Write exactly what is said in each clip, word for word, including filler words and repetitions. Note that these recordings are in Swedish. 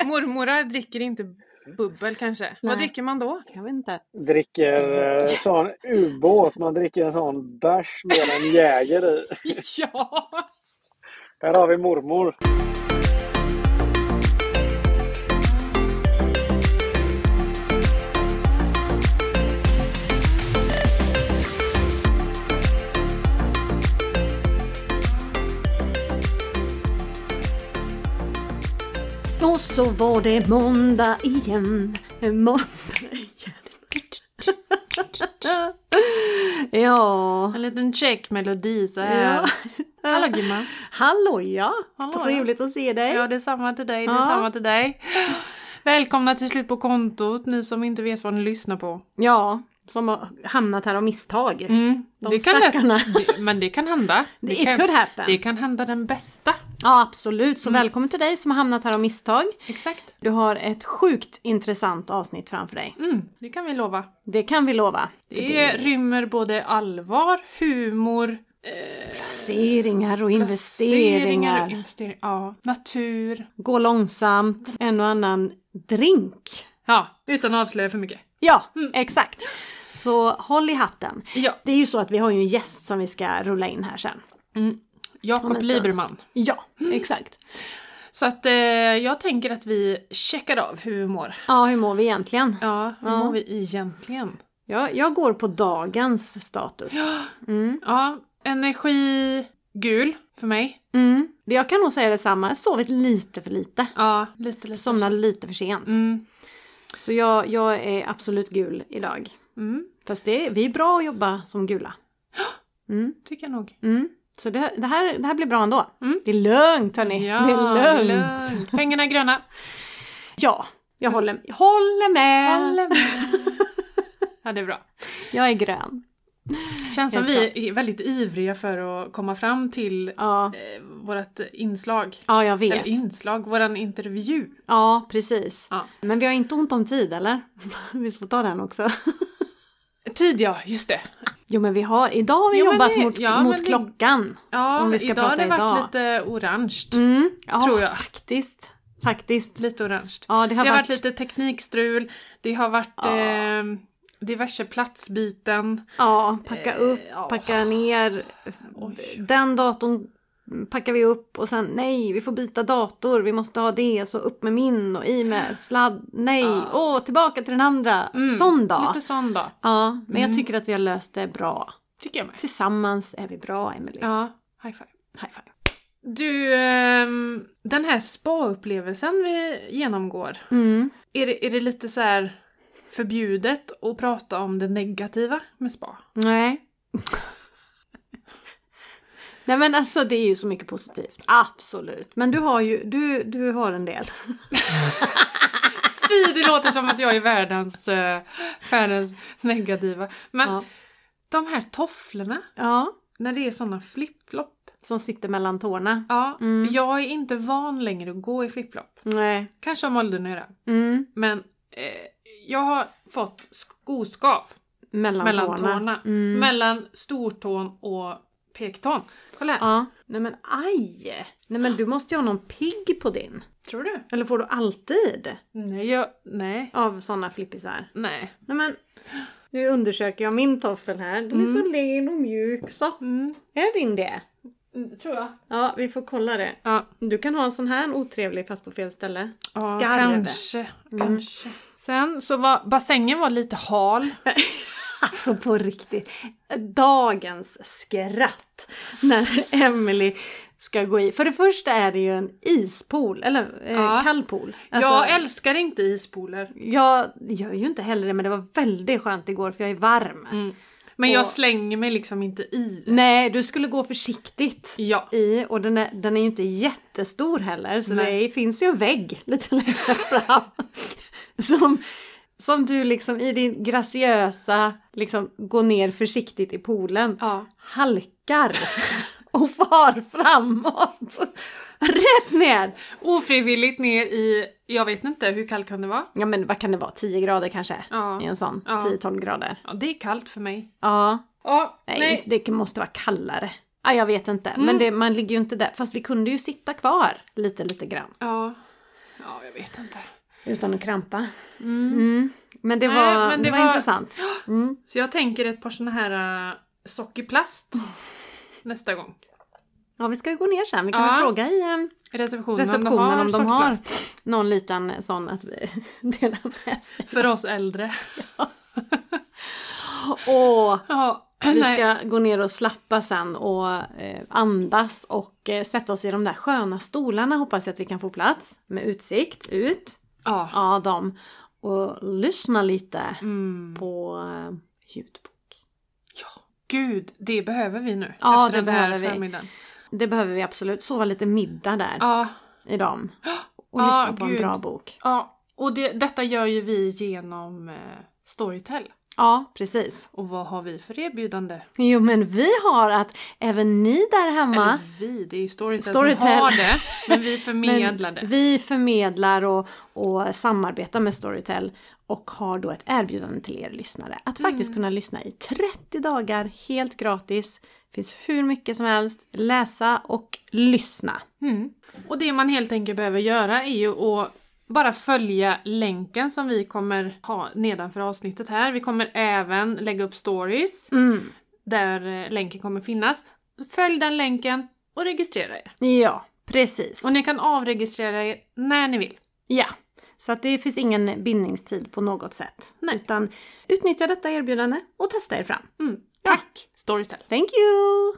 mormorar dricker inte bubbel kanske. Nej. Vad dricker man då? Jag vet inte. Dricker sån ubåt. Man dricker en sån bärs med en jäger i. Ja. Här har vi mormor. Och så var det måndag igen. Måndag igen. Ja. En liten check melodi så här. Ja. Hallå Gimma. Hallå ja. Hallå, Trevligt ja. att se dig. Ja, det är samma till dig. Det är Ja. samma till dig. Välkomna till slut på kontot. Ni som inte vet vad ni lyssnar på. Ja. Som har hamnat här av misstag. Mm, De det kan stackarna. det, men det kan hända. Det It kan, could happen. det kan hända den bästa. Ja, absolut. Så Mm. välkommen till dig som har hamnat här av misstag. Exakt. Du har ett sjukt intressant avsnitt framför dig. Mm, det kan vi lova. Det kan vi lova. Det, det rymmer både allvar, humor, eh, placeringar och placeringar investeringar. och investeringar. Ja, natur. Gå långsamt. En och annan drink. Ja, utan att avslöja för mycket. Ja, mm. exakt. Så håll i hatten. Ja. Det är ju så att vi har ju en gäst som vi ska rulla in här sen. Mm. Jakob Liberman. Ja, mm. exakt. Så att eh, jag tänker att vi checkar av hur vi mår. Ja, hur mår vi egentligen? Ja, hur ja. mår vi egentligen? Ja, jag går på dagens status. Mm. Ja, energi gul för mig. Mm. Jag kan nog säga detsamma. Jag har sovit lite för lite. Ja, lite lite. Somnade lite för sent. Mm. Så jag, jag är absolut gul idag. Mm. Fast det är, vi är bra att jobba som gula. Mm. Tycker jag nog. Mm. Så det, det, här, det här blir bra ändå. Mm. Det är lugnt hörni. Ja, det är lugnt. lugnt. Pengarna är gröna. Ja, jag håller, håller med. Håller med. Ja, det är bra. Jag är grön. Känns som Helt vi är väldigt ivriga för att komma fram till ja. eh, vårt inslag. Ja, jag vet. Eller inslag, våran intervju. Ja, precis. Ja. Men vi har inte ont om tid, eller? Vi får ta den också. Tid, ja, just det. Jo, men vi har, idag har vi Jo, jobbat det, mot, ja, mot det, klockan. Ja, om vi ska idag har prata det varit idag. lite orange. Mm, ja, tror jag. faktiskt. Faktiskt. Lite orange. Ja, det har, det har varit... varit lite teknikstrul. Det har varit ja. eh, diverse platsbyten. Ja, packa Eh, upp, ja. packa ner. Oj. Den datorn packar vi upp och sen nej, vi får byta dator. Vi måste ha det, så upp med min och i med sladd. Nej, åh, Ja. oh, tillbaka till den andra. Mm, sån dag. Lite sån dag. Ja, men Mm. jag tycker att vi har löst det bra. Tycker jag med. Tillsammans är vi bra, Emily. Ja, high five. High five. Du, ehm, den här spa-upplevelsen vi genomgår. Mm. Är det, är det lite så här förbjudet att prata om det negativa med spa? Nej. Nej, men alltså det är ju så mycket positivt. Absolut. Men du har ju, du, du har en del. Fy, det låter som att jag är världens, uh, världens negativa. Men Ja. de här tofflorna, Ja. när det är såna flip-flop. Som sitter mellan tårna. Ja, Mm. jag är inte van längre att gå i flip-flop. Nej. Kanske om åldern att göra. Mm. Men eh, jag har fått skoskav Mellan, mellan tårna. tårna. Mm. Mellan stortån och pektån. Kolla här. Ja. Nej men aj. Nej men du måste ju ha någon pigg på din. Tror du? Eller får du alltid Nej, jag, nej, av sådana flippisar? nej. Nej men. Nu undersöker jag min toffel här. Den är Mm. så len och mjuk så. Mm. Är din det? Mm, tror jag. Ja, vi får kolla det. Ja, Du kan ha en sån här otrevlig fast på fel ställe. ja Skarv. kanske. Mm. kanske. Sen så var bassängen var lite hal. Alltså på riktigt. Dagens skratt. När Emily ska gå i. För det första är det ju en ispool. Eller eh, Ja. kall pool. Alltså, Jag älskar inte ispooler. jag gör ju inte heller det. Men det var väldigt skönt igår. För jag är varm. Mm. Men jag Och- slänger mig liksom inte i det. Nej, du skulle gå försiktigt Ja. i. Och den är, den är ju inte jättestor heller. Så Nej. det finns ju en vägg lite längre fram. som, som du liksom i din graciösa liksom går ner försiktigt i poolen. Ja. Halkar och far framåt. Rätt ner. Ofrivilligt ner i, jag vet inte, hur kallt kan det vara? Ja men vad kan det vara? tio grader kanske? Ja. I en sån. Ja. tio tolv grader. Ja, det är kallt för mig. Ja. Ja, Nej, nej. det måste vara kallare. Ja, jag vet inte. Mm. Men det, man ligger ju inte där. Fast vi kunde ju sitta kvar lite, lite grann. Ja. Ja, jag vet inte. Utan att krampa. Mm. Mm. Men det Nej, var, men det det var var- intressant. Mm. Så jag tänker ett par såna här uh, sockerplast nästa gång. Ja, vi ska ju gå ner sen. Vi kan Ja. väl fråga i eh, Receptionen, receptionen om de har om de har sockerplast. någon liten sån att vi delar med sig. För oss äldre. Åh, Ja, vi nej. ska gå ner och slappa sen och eh, andas och eh, sätta oss i de där sköna stolarna. Hoppas jag att vi kan få plats med utsikt ut. Ja. Ja, dem. Och lyssna lite Mm. på eh, ljudbok. Gud, det behöver vi nu. Ja, efter det den här behöver vi. förmiddagen. Det behöver vi absolut. Sova lite middag där Ja, i dem. Och Ja, lyssna på en gud. bra bok. ja. Och det, detta gör ju vi genom eh, Storytel. Ja, precis. Och vad har vi för erbjudande? Jo, men vi har att även ni där hemma. Eller vi, det är ju Storytel, Storytel. som har det. Men vi förmedlar Men det. vi förmedlar och, och samarbetar med Storytel och har då ett erbjudande till er lyssnare. Att Mm. faktiskt kunna lyssna i trettio dagar helt gratis. Det finns hur mycket som helst. Läsa och lyssna. Mm. Och det man helt enkelt behöver göra är ju att bara följa länken som vi kommer ha nedanför avsnittet här. Vi kommer även lägga upp stories Mm. där eh, länken kommer finnas. Följ den länken och registrera er. Ja, precis. Och ni kan avregistrera er när ni vill. Ja, så att det finns ingen bindningstid på något sätt. Nej. Utan utnyttja detta erbjudande och testa er fram. Mm. Tack, Storytel. Thank you!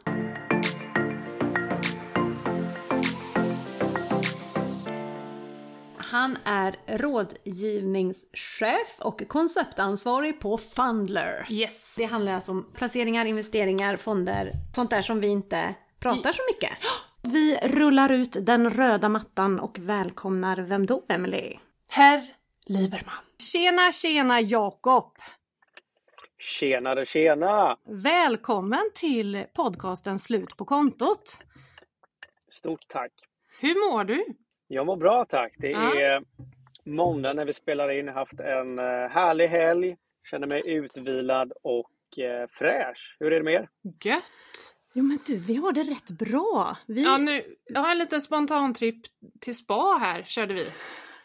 Han är rådgivningschef och konceptansvarig på Fundler. Yes. Det handlar alltså om placeringar, investeringar, fonder, sånt där som vi inte pratar så mycket. Vi rullar ut den röda mattan och välkomnar vem då, Emily? Herr Lieberman. Tjena, tjena Jakob! Tjenare, tjena! Välkommen till podcasten Slut på kontot. Stort tack. Hur mår du? Jag mår bra, tack. Det Ja. är måndag när vi spelar in. Jag har haft en eh, härlig helg. Känner mig utvilad och eh, fräsch. Hur är det med er? Gött. Jo men du, vi har det rätt bra. Vi... Ja, nu, jag har en liten spontan trip till spa här, körde vi.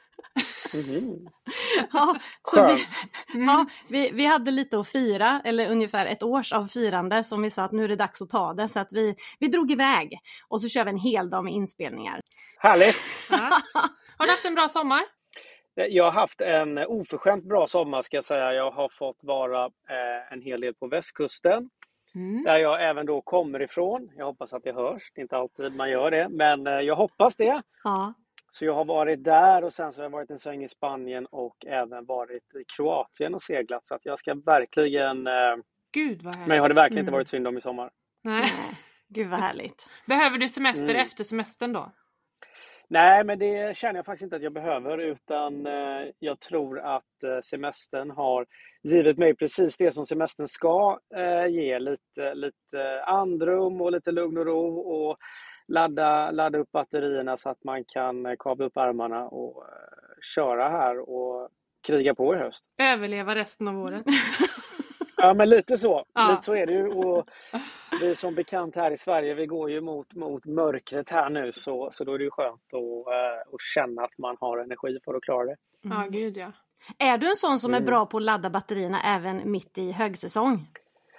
Mhm. Ja, så vi, Skönt. ja, vi, vi hade lite att fira, eller ungefär ett års av firande som vi sa att nu är det dags att ta det. Så att vi, vi drog iväg och så kör vi en hel dag med inspelningar. Härligt! Ja. Har du haft en bra sommar? Jag har haft en oförskämt bra sommar, ska jag säga. Jag har fått vara eh, en hel del på västkusten. Mm. Där jag även då kommer ifrån. Jag hoppas att det hörs. Det är inte alltid man gör det. Men eh, jag hoppas det. Ja. Så jag har varit där och sen så har jag varit en sväng i Spanien och även varit i Kroatien och seglat. Så att jag ska verkligen... Eh, Gud vad härligt. men jag har det verkligen Mm. inte varit synd om i sommar. Nej. Gud vad härligt. Behöver du semester Mm. efter semestern då? Nej, men det känner jag faktiskt inte att jag behöver. Utan eh, jag tror att eh, semestern har givit mig precis det som semestern ska eh, ge. Lite, lite andrum och lite lugn och ro. Och ladda, ladda upp batterierna så att man kan eh, kavla upp armarna och eh, köra här och kriga på i höst. Överleva resten av året. Ja, men lite så. Ja. Lite så är det ju. Och vi som bekant här i Sverige, vi går ju mot, mot mörkret här nu. Så, så då är det ju skönt att, uh, att känna att man har energi för att klara det. Ja, gud ja. Är du en sån som är Mm. bra på att ladda batterierna även mitt i högsäsong?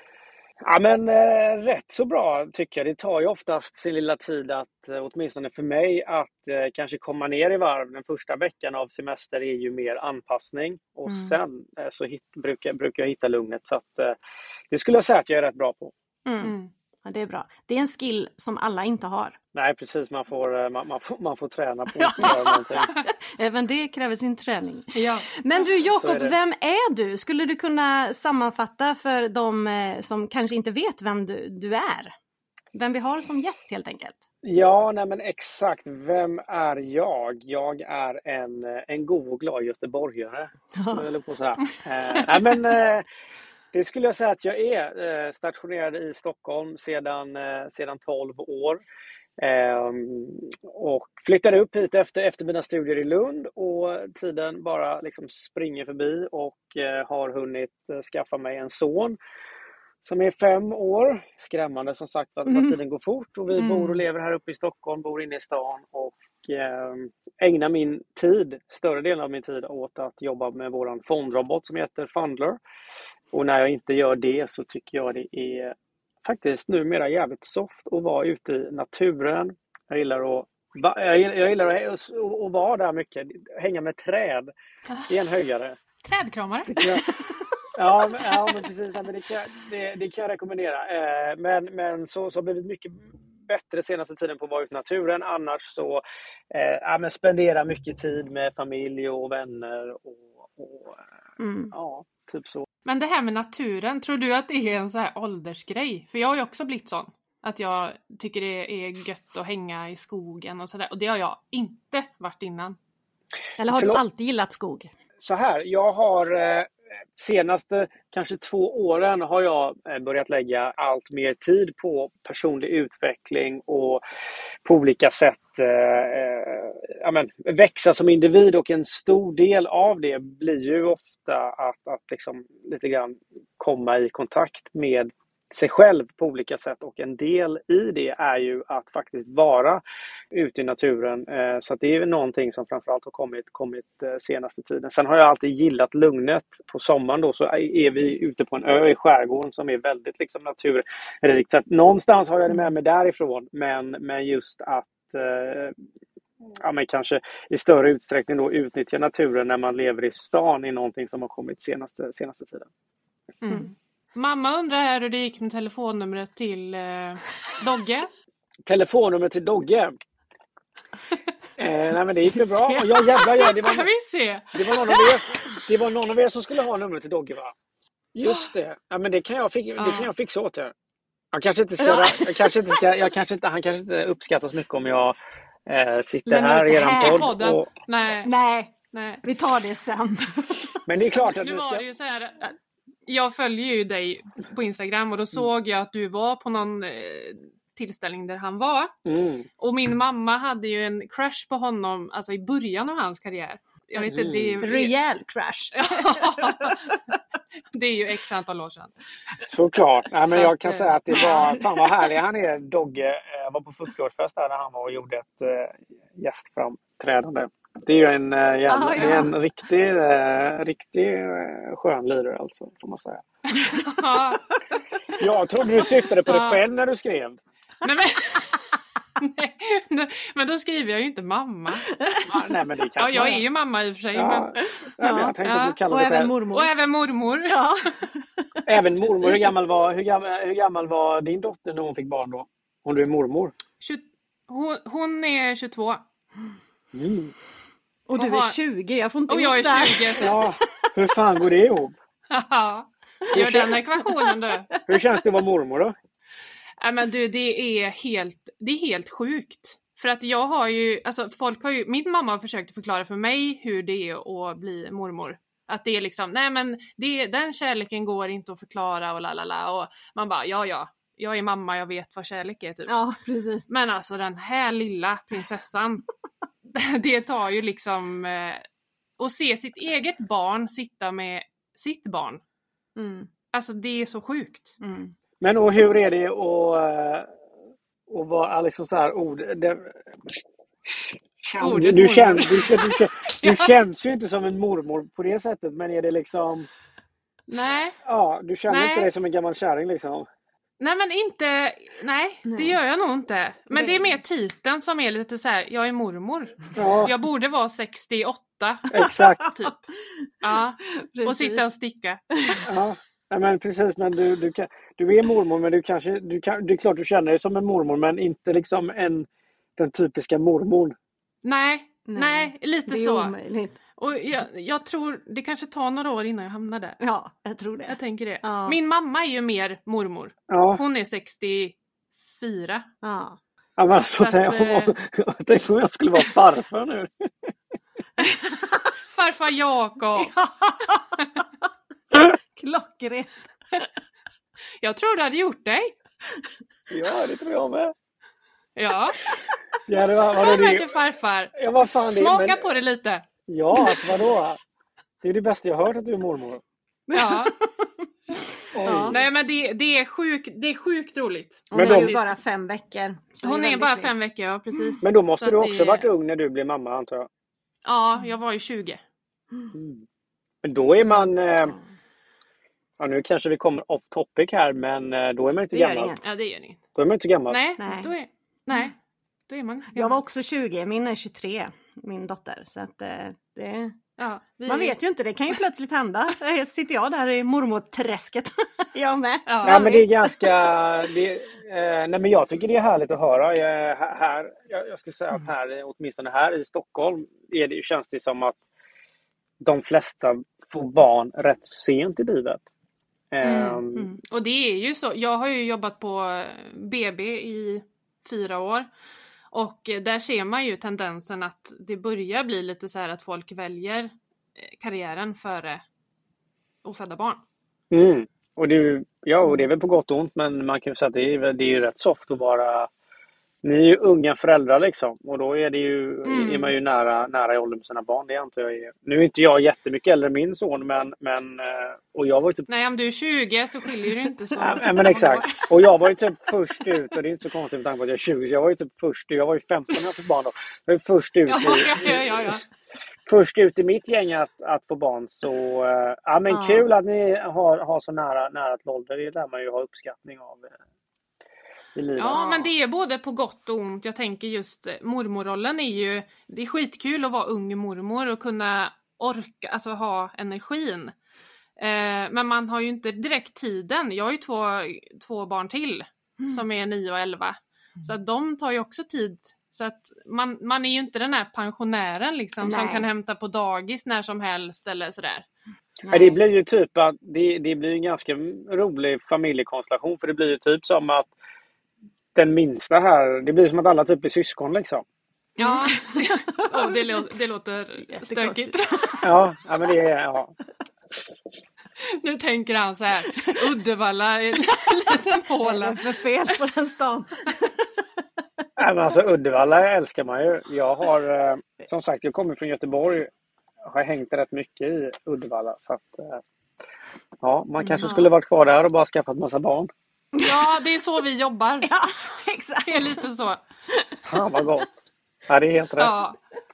Ja, men eh, rätt så bra tycker jag. Det tar ju oftast sin lilla tid att, eh, åtminstone för mig, att eh, kanske komma ner i varv. Den första veckan av semester är ju mer anpassning. Och Mm. sen eh, så hit, brukar, brukar jag hitta lugnet. Så att, eh, det skulle jag säga att jag är rätt bra på. Mm. Mm. Ja, det är bra. Det är en skill som alla inte har. Nej, precis. Man får, eh, man, man får, man får träna på att göra någonting. Även det kräver sin träning. Ja. Men du Så Jakob, är det. vem är du? Skulle du kunna sammanfatta för de eh, som kanske inte vet vem du, du är? Vem vi har som gäst helt enkelt. Ja, nej men exakt. Vem är jag? Jag är en, en god och glad göteborgare. Eller på så här. Eh, nej men, eh, det skulle jag säga att jag är. Eh, stationerad i Stockholm sedan, eh, sedan tolv år. Eh, och flyttade upp hit efter, efter mina studier i Lund. Och tiden bara liksom springer förbi. Och eh, har hunnit eh, skaffa mig en son. Som är fem år. Skrämmande som sagt att Mm. tiden går fort. Och vi Mm. bor och lever här uppe i Stockholm. Bor inne i stan. Och eh, ägnar min tid, större delen av min tid åt att jobba med våran fondrobot som heter Fundler. Och när jag inte gör det så tycker jag det är faktiskt numera jävligt soft att vara ute i naturen. Jag gillar att, jag gillar, jag gillar att, att vara där mycket, hänga med träd i en höjdare. Trädkramare? Ja, men, ja, men precis. Nej, men det, kan, det, det kan jag rekommendera. Eh, men men så, så har blivit mycket bättre senaste tiden på att vara ute i naturen. Annars så eh, ja, men spendera mycket tid med familj och vänner. Och, och Mm. ja, typ så. Men det här med naturen, tror du att det är en så här åldersgrej? För jag har ju också blivit sån. Att jag tycker det är gött att hänga i skogen och sådär. Och det har jag inte varit innan. Eller har Förlåt. du alltid gillat skog? Så här, jag har eh, senaste kanske två åren har jag eh, börjat lägga allt mer tid på personlig utveckling och på olika sätt eh, eh, ja, men, växa som individ, och en stor del av det blir ju ofta att, att liksom lite grann komma i kontakt med sig själv på olika sätt, och en del i det är ju att faktiskt vara ute i naturen, så att det är någonting som framförallt har kommit, kommit senaste tiden. Sen har jag alltid gillat lugnet. På sommaren då så är vi ute på en ö i skärgården som är väldigt liksom naturrikt, så att någonstans har jag det med mig därifrån, men, men just att eh, ja, men kanske i större utsträckning då utnyttja naturen när man lever i stan är någonting som har kommit senaste, senaste tiden. Mm. Mm. Mamma undrar här hur det gick med telefonnumret till eh, Dogge. Telefonnumret till Dogge? eh, nej men det gick ju bra. Och jag jävlar, ja, det, var, Ska vi se? Det, var någon av er, det var någon av er som skulle ha numret till Dogge, va? Just det. Ja, men det kan jag, fick, det kan jag fixa åt er. Jag kanske inte ska, jag kanske inte ska, jag kanske inte, han kanske inte uppskattas mycket om jag eh, sitter Men här i eran podd. podden. Och, Nej. Nej, Nej, vi tar det sen. men det är klart att nu du var ska... det ju så här. Jag följer ju dig på Instagram och då såg jag att du var på någon eh, tillställning där han var. Mm. Och min mamma hade ju en crush på honom, alltså i början av hans karriär. Jag vet inte, Mm. det är... Rejäl crash. Det är ju x antal år sedan. Såklart. Nej, men Så jag att, kan eh, säga att det var, fan vad härlig han är, Dogge. Jag var på fyrtioårsfest där när han var och gjorde ett äh, gästframträdande. Det är ju en, äh, jävla, ah, ja. det är en riktig, äh, riktig äh, skön lirare alltså, får man säga. Jag trodde du syftade på dig själv när du skrev. Nej, men... Nej, men då skriver jag ju inte mamma. Ja, nej, men det ja, jag är ju mamma i och för sig. Ja, men... ja, men jag tänkte ja. att du kallar Och det även själv. mormor. Och även mormor. Ja. Även mormor. Hur gammal, var, hur, gammal, hur gammal var din dotter när hon fick barn då? Om du är mormor. tjugo Hon, hon är tjugotvå. Mm. Och du Aha. är tjugo, jag får inte Och ihop jag är det här. tjugo. Så... Ja, hur fan går det ihop? Gör den ekvationen du. Hur känns det att vara mormor då? Nej, men du, det är helt, det är helt sjukt. För att jag har ju, alltså folk har ju, min mamma har försökt förklara för mig hur det är att bli mormor. Att det är liksom, nej men det, den kärleken går inte att förklara och lalala. Och man bara, ja ja, jag är mamma, jag vet vad kärlek är typ. Ja, precis. Men alltså den här lilla prinsessan, det tar ju liksom, eh, att se sitt eget barn sitta med sitt barn. Mm. Alltså det är så sjukt. Mm. Men och hur är det att, att vara liksom så här ord... Det, Ord, du, du, mormor. känns, du, du, du, du känns ju inte som en mormor på det sättet, men är det liksom... Nej. Ja, du känner Nej. inte dig som en gammal kärring liksom. Nej men inte, nej, Nej. det gör jag nog inte. Men det är Nej. mer titeln som är lite så här, jag är mormor. Ja, Jag borde vara sextioåtta exakt. typ. Ja, och Precis. sitta och sticka. Ja, ja, men precis, men du, du, kan, du är mormor, men du kanske, du kan, det är klart du känner dig som en mormor, men inte liksom en, den typiska mormor. Nej, nej, Nej, lite Det är så. omöjligt. Och jag, jag tror, det kanske tar några år innan jag hamnar där. Ja, jag tror det. Jag tänker det. Ja. Min mamma är ju mer mormor. Ja, Hon är sextiofyra. Ja. ja men alltså, Så att, tänk, eh, tänk om jag skulle vara farfar nu. Farfar Jakob. Klockrent. Jag tror du hade gjort dig. Ja, det tror jag med. Ja, Ja, det var, var kom det här det? till farfar. Ja, vad fan det Smaka men, på det lite. Ja, alltså, vadå? Det är det bästa jag har hört att du är mormor. Ja. Ja. Nej men det, det, är sjuk, det är sjukt roligt. Hon Men är de- ju bara fem veckor. så Hon det är väldigt bara sweet. fem veckor, ja precis. Men då måste Så du att också det- varit ung när du blev mamma, antar jag. Ja, jag var ju tjugo. Mm. Men då är man... Eh, ja, nu kanske vi kommer off topic här, men eh, då är man inte Det gör gammal. inget. Ja, det gör ni. Då är man inte gammal. Nej, Nej. Då är, nej, då är man Jag var också tjugo, min är tjugotre, min dotter. Så att eh, det... ja, vi, Man vet ju inte, det kan ju plötsligt hända. Eh, Sitter jag där i mormorträsket. Jag med. Ja. Nej, men det är ganska... Det, eh, nej, men jag tycker det är härligt att höra. Jag, här, jag, jag skulle säga att här, åtminstone här i Stockholm, är det, känns det som att de flesta får barn rätt sent i livet. Mm, Ehm, mm. Och det är ju så. Jag har ju jobbat på B B i fyra år. Och där ser man ju tendensen att det börjar bli lite så här att folk väljer eh, karriären före ofödda barn. Mm. Och det, är ju- ja, och det är väl på gott och ont, men man kan ju säga att det är, väl- det är ju rätt soft att vara... Ni är ju unga föräldrar liksom, och då är, det ju, Mm. är man ju nära, nära i ålder med sina barn. Det antar jag är. Nu är inte jag jättemycket äldre än min son, men, men eh, och jag var ju typ... Nej, om du är tjugo så skiljer det inte så. Ja, men exakt. Och jag var ju typ först ut, och det är inte så konstigt med tanke på att jag är tjugo. Jag var ju typ först, jag var ju femton när jag fick barn då. Jag var ju först ut Ja, i, ja, ja, ja. först ut i mitt gäng att, att få barn. Så eh, ja, men Ja. kul att ni har, har så nära, nära till ålder. Det lär man ju ha uppskattning av eh, i livet. Ja, men det är både på gott och ont. Jag tänker just eh, mormorrollen är ju, det är skitkul att vara ung mormor och kunna orka, alltså ha energin. Eh, men man har ju inte direkt tiden. Jag har ju två, två barn till som är nio och elva. Så att de tar ju också tid. Så att man, man är ju inte den här pensionären liksom som Nej. kan hämta på dagis när som helst eller sådär. Ja, det blir ju typ att det, det blir en ganska rolig familjekonstellation, för det blir ju typ som att den minsta här, det blir som att alla typ är syskon liksom. Ja, oh, det, lå- det låter Jättekonstigt. stökigt. Ja, ja men det är, ja. Nu tänker han så här, Uddevalla är en liten Vad är håla. det för fel på den stan? Nej, men alltså Uddevalla älskar man ju. Jag har, eh, som sagt, jag kommer från Göteborg. Har hängt rätt mycket i Uddevalla. Så att, eh, ja, man kanske Ja. skulle varit kvar där och bara skaffat massa barn. Ja, det är så vi jobbar. Ja, exakt. Det är lite så. Ja, vad gott. Ja, det är helt rätt. Ja.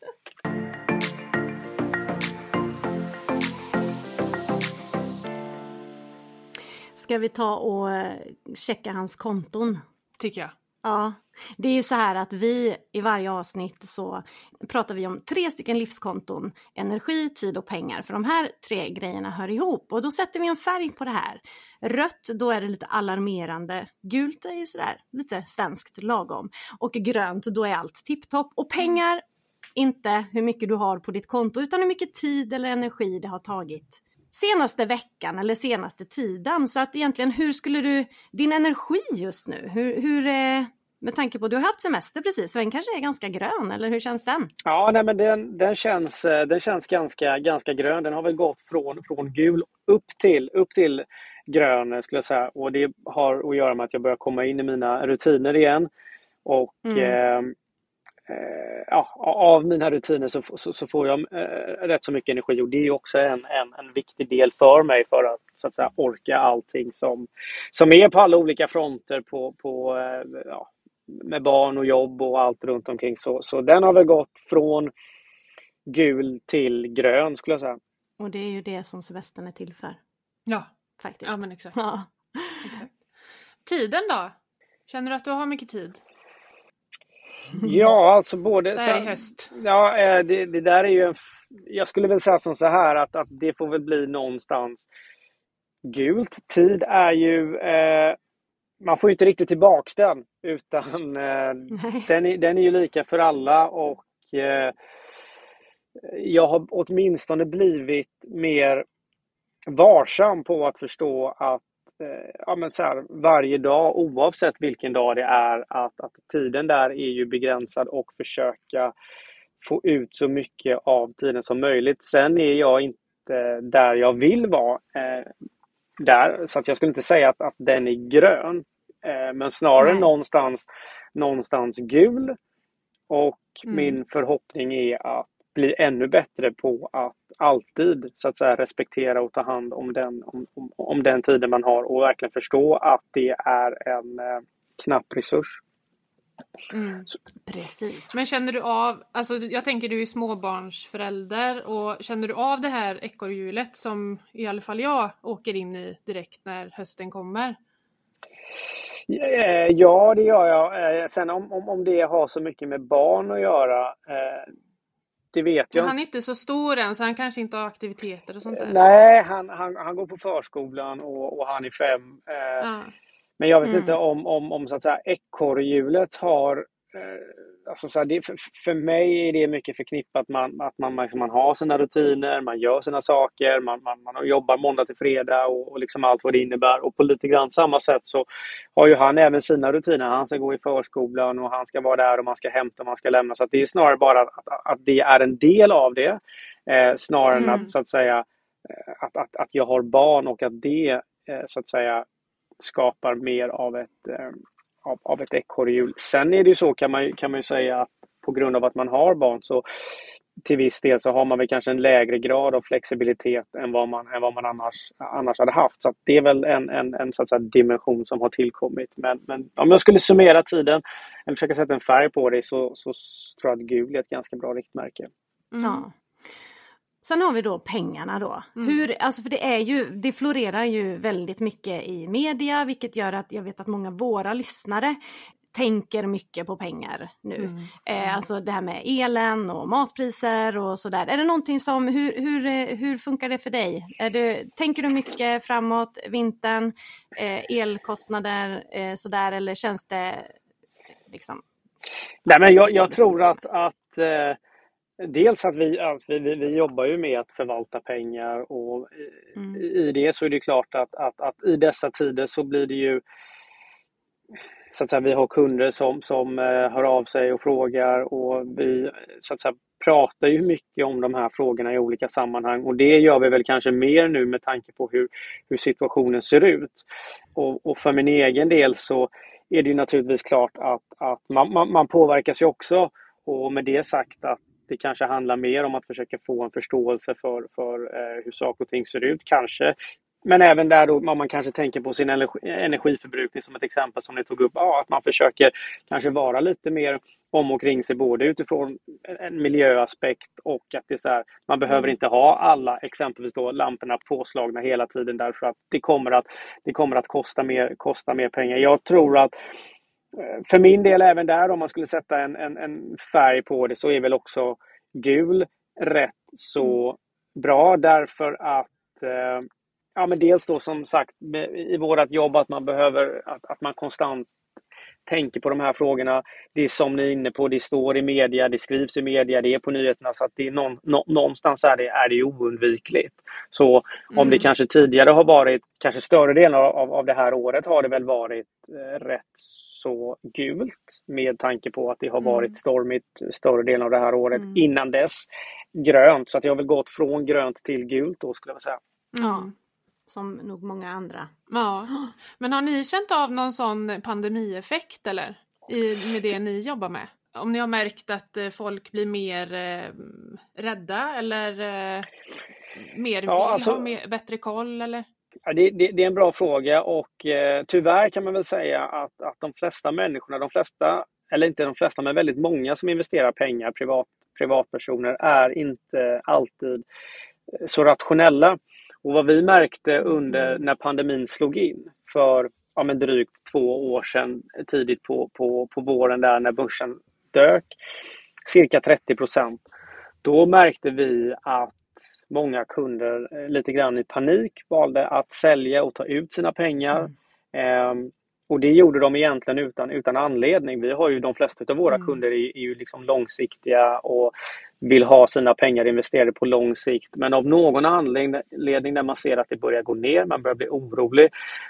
Ska vi ta och eh, checka hans konton? Tycker jag. Ja, det är ju så här att vi i varje avsnitt så pratar vi om tre stycken livskonton. Energi, tid och pengar. För de här tre grejerna hör ihop. Och då sätter vi en färg på det här. Rött, då är det lite alarmerande. Gult är ju sådär lite svenskt lagom. Och grönt, då är allt tipptopp. Och pengar, inte hur mycket du har på ditt konto, utan hur mycket tid eller energi det har tagit senaste veckan eller senaste tiden. Så att egentligen, hur skulle du, din energi just nu, hur, hur eh, med tanke på att du har haft semester precis, så den kanske är ganska grön, eller hur känns den? Ja, nej, men den, den känns, eh, den känns ganska, ganska grön. Den har väl gått från, från gul upp till, upp till grön, eh, skulle jag säga. Och det har att göra med att jag börjar komma in i mina rutiner igen. Och Mm. eh, eh, ja, av mina rutiner så, så, så får jag eh, rätt så mycket energi. Och det är också en, en, en viktig del för mig för att, så att säga, orka allting som, som är på alla olika fronter på, på eh, ja, med barn och jobb och allt runt omkring. Så, så den har väl gått från gul till grön, skulle jag säga. Och det är ju det som semestern är till för, Ja, faktiskt. ja men exakt. Ja. exakt. Tiden då? Känner du att du har mycket tid? Ja, alltså både... Så här i höst. Ja, eh, det, det där är ju en... f- Jag skulle väl säga som så här att, att det får väl bli någonstans gult. Tid är ju... Eh, man får ju inte riktigt tillbaks den, utan eh, Nej. den, är, den är ju lika för alla, och eh, jag har åtminstone blivit mer varsam på att förstå att eh, ja, men så här, varje dag, oavsett vilken dag det är, att, att tiden där är ju begränsad, och försöka få ut så mycket av tiden som möjligt. Sen är jag inte där jag vill vara eh, där, så att jag skulle inte säga att, att den är grön, eh, men snarare Nej. någonstans, någonstans gul. Och Mm. min förhoppning är att bli ännu bättre på att alltid så att säga respektera och ta hand om den, om, om, om den tiden man har och verkligen förstå att det är en eh, knapp resurs. Mm. Precis. Men känner du av, alltså jag tänker du är småbarnsförälder och känner du av det här ekorrhjulet som i alla fall jag åker in i direkt när hösten kommer? Ja, det gör jag. Sen om, om, om det har så mycket med barn att göra, det vet jag. Han är inte så stor än så han kanske inte har aktiviteter och sånt där. Nej, han, han, han går på förskolan och, och han är fem. Ja. Men jag vet Mm. inte om, om, om så att säga ekorrhjulet har, alltså så här, det, för, för mig är det mycket förknippat man, att man, liksom, man har sina rutiner, man gör sina saker, man, man, man jobbar måndag till fredag och, och liksom allt vad det innebär. Och på lite grann samma sätt så har ju han även sina rutiner. Han ska gå i förskolan och han ska vara där och man ska hämta och man ska lämna. Så att det är snarare bara att, att, att det är en del av det, eh, snarare Mm. än att, så att säga, att, att, att jag har barn och att det eh, så att säga skapar mer av ett eh, Av, av ett ekorrhjul. Sen är det ju så kan man, kan man ju säga att på grund av att man har barn så till viss del så har man väl kanske en lägre grad av flexibilitet än vad man, än vad man annars, annars hade haft. Så att det är väl en, en, en så att säga, dimension som har tillkommit. Men, men om jag skulle summera tiden eller försöka sätta en färg på det så, så tror jag att gul är ett ganska bra riktmärke. Mm. Ja. Sen har vi då pengarna då. Mm. Hur, alltså för det är ju, det florerar ju väldigt mycket i media, vilket gör att jag vet att många av våra lyssnare tänker mycket på pengar nu. Mm. Eh, alltså det här med elen och matpriser och sådär. Är det någonting som, hur, hur, hur funkar det för dig? Är det, tänker du mycket framåt vintern, eh, elkostnader eh, sådär, eller känns det liksom? Nej, men jag, jag tror att, att eh, dels att vi, alltså vi, vi, vi jobbar ju med att förvalta pengar och i, Mm. i det så är det klart att, att, att i dessa tider så blir det ju så att säga, vi har kunder som, som eh, hör av sig och frågar och vi så att säga, pratar ju mycket om de här frågorna i olika sammanhang och det gör vi väl kanske mer nu med tanke på hur, hur situationen ser ut. Och, och för min egen del så är det ju naturligtvis klart att, att man, man, man påverkas ju också och med det sagt att det kanske handlar mer om att försöka få en förståelse för, för eh, hur saker och ting ser ut kanske. Men även där då man kanske tänker på sin energi, energiförbrukning som ett exempel som ni tog upp. Ja, att man försöker kanske vara lite mer om och kring sig både utifrån en miljöaspekt och att det är så här, man behöver inte ha alla exempelvis då lamporna påslagna hela tiden därför att det kommer att, det kommer att kosta mer, kosta mer pengar. Jag tror att för min del även där om man skulle sätta en, en, en färg på det så är väl också gul rätt så bra därför att eh, ja men dels då som sagt i vårat jobb att man behöver att, att man konstant tänker på de här frågorna. Det är som ni är inne på, det står i media, det skrivs i media, det är på nyheterna så att det är någon, nå, någonstans är det, är det oundvikligt. Så om Mm. det kanske tidigare har varit, kanske större delen av, av det här året har det väl varit eh, rätt så gult med tanke på att det har varit Mm. stormigt större delen av det här året. Mm. Innan dess grönt, så att jag har väl gått från grönt till gult då skulle jag säga. Mm. Som nog många andra. Ja, men har ni känt av någon sån pandemieffekt eller? I, med det ni jobbar med? Om ni har märkt att eh, folk blir mer eh, rädda eller eh, mer vill Ja, alltså- ha mer, bättre koll eller? Ja, det, det, det är en bra fråga och eh, tyvärr kan man väl säga att, att de flesta människorna, de flesta, eller inte de flesta men väldigt många som investerar pengar, privat, privatpersoner, är inte alltid eh, så rationella. Och vad vi märkte under när pandemin slog in för ja, men drygt två år sedan tidigt på, på, på våren där när börsen dök, cirka trettio procent, då märkte vi att många kunder lite grann i panik valde att sälja och ta ut sina pengar. Mm. Eh, och det gjorde de egentligen utan, utan anledning. Vi har ju de flesta av våra mm. kunder är, är ju liksom långsiktiga och vill ha sina pengar investerade på lång sikt. Men av någon anledning när man ser att det börjar gå ner, man börjar bli orolig,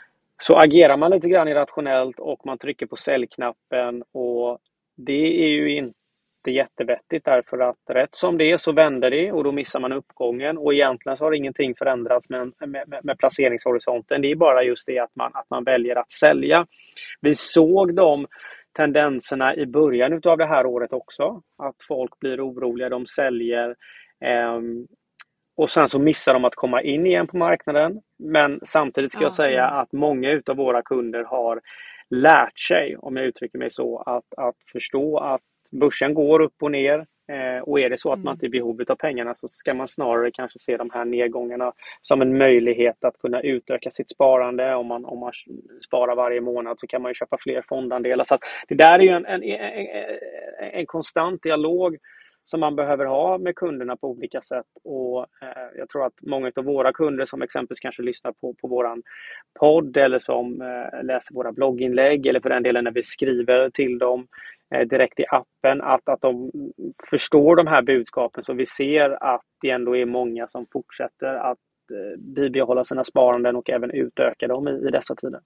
så agerar man lite grann irrationellt och man trycker på säljknappen och det är ju inte det är jättevettigt därför att rätt som det är så vänder det och då missar man uppgången och egentligen så har ingenting förändrats med, med, med placeringshorisonten. Det är bara just det att man, att man väljer att sälja. Vi såg de tendenserna i början av det här året också. Att folk blir oroliga, de säljer. Eh, och sen så missar de att komma in igen på marknaden. Men samtidigt ska Ja, jag säga mm. att många utav våra kunder har lärt sig, om jag uttrycker mig så, att, att förstå att börsen går upp och ner. Eh, och är det så att man inte är i behov av pengarna, så ska man snarare kanske se de här nedgångarna som en möjlighet att kunna utöka sitt sparande. Om man, om man sparar varje månad så kan man ju köpa fler fondandelar. Så att det där är ju en, en, en, en konstant dialog som man behöver ha med kunderna på olika sätt. Och eh, jag tror att många av våra kunder som exempelvis kanske lyssnar på, på våran podd eller som eh, läser våra blogginlägg, eller för den delen när vi skriver till dem eh, direkt i appen, att, att de förstår de här budskapen, så vi ser att det ändå är många som fortsätter att eh, bibehålla sina sparanden och även utöka dem i, i dessa tider.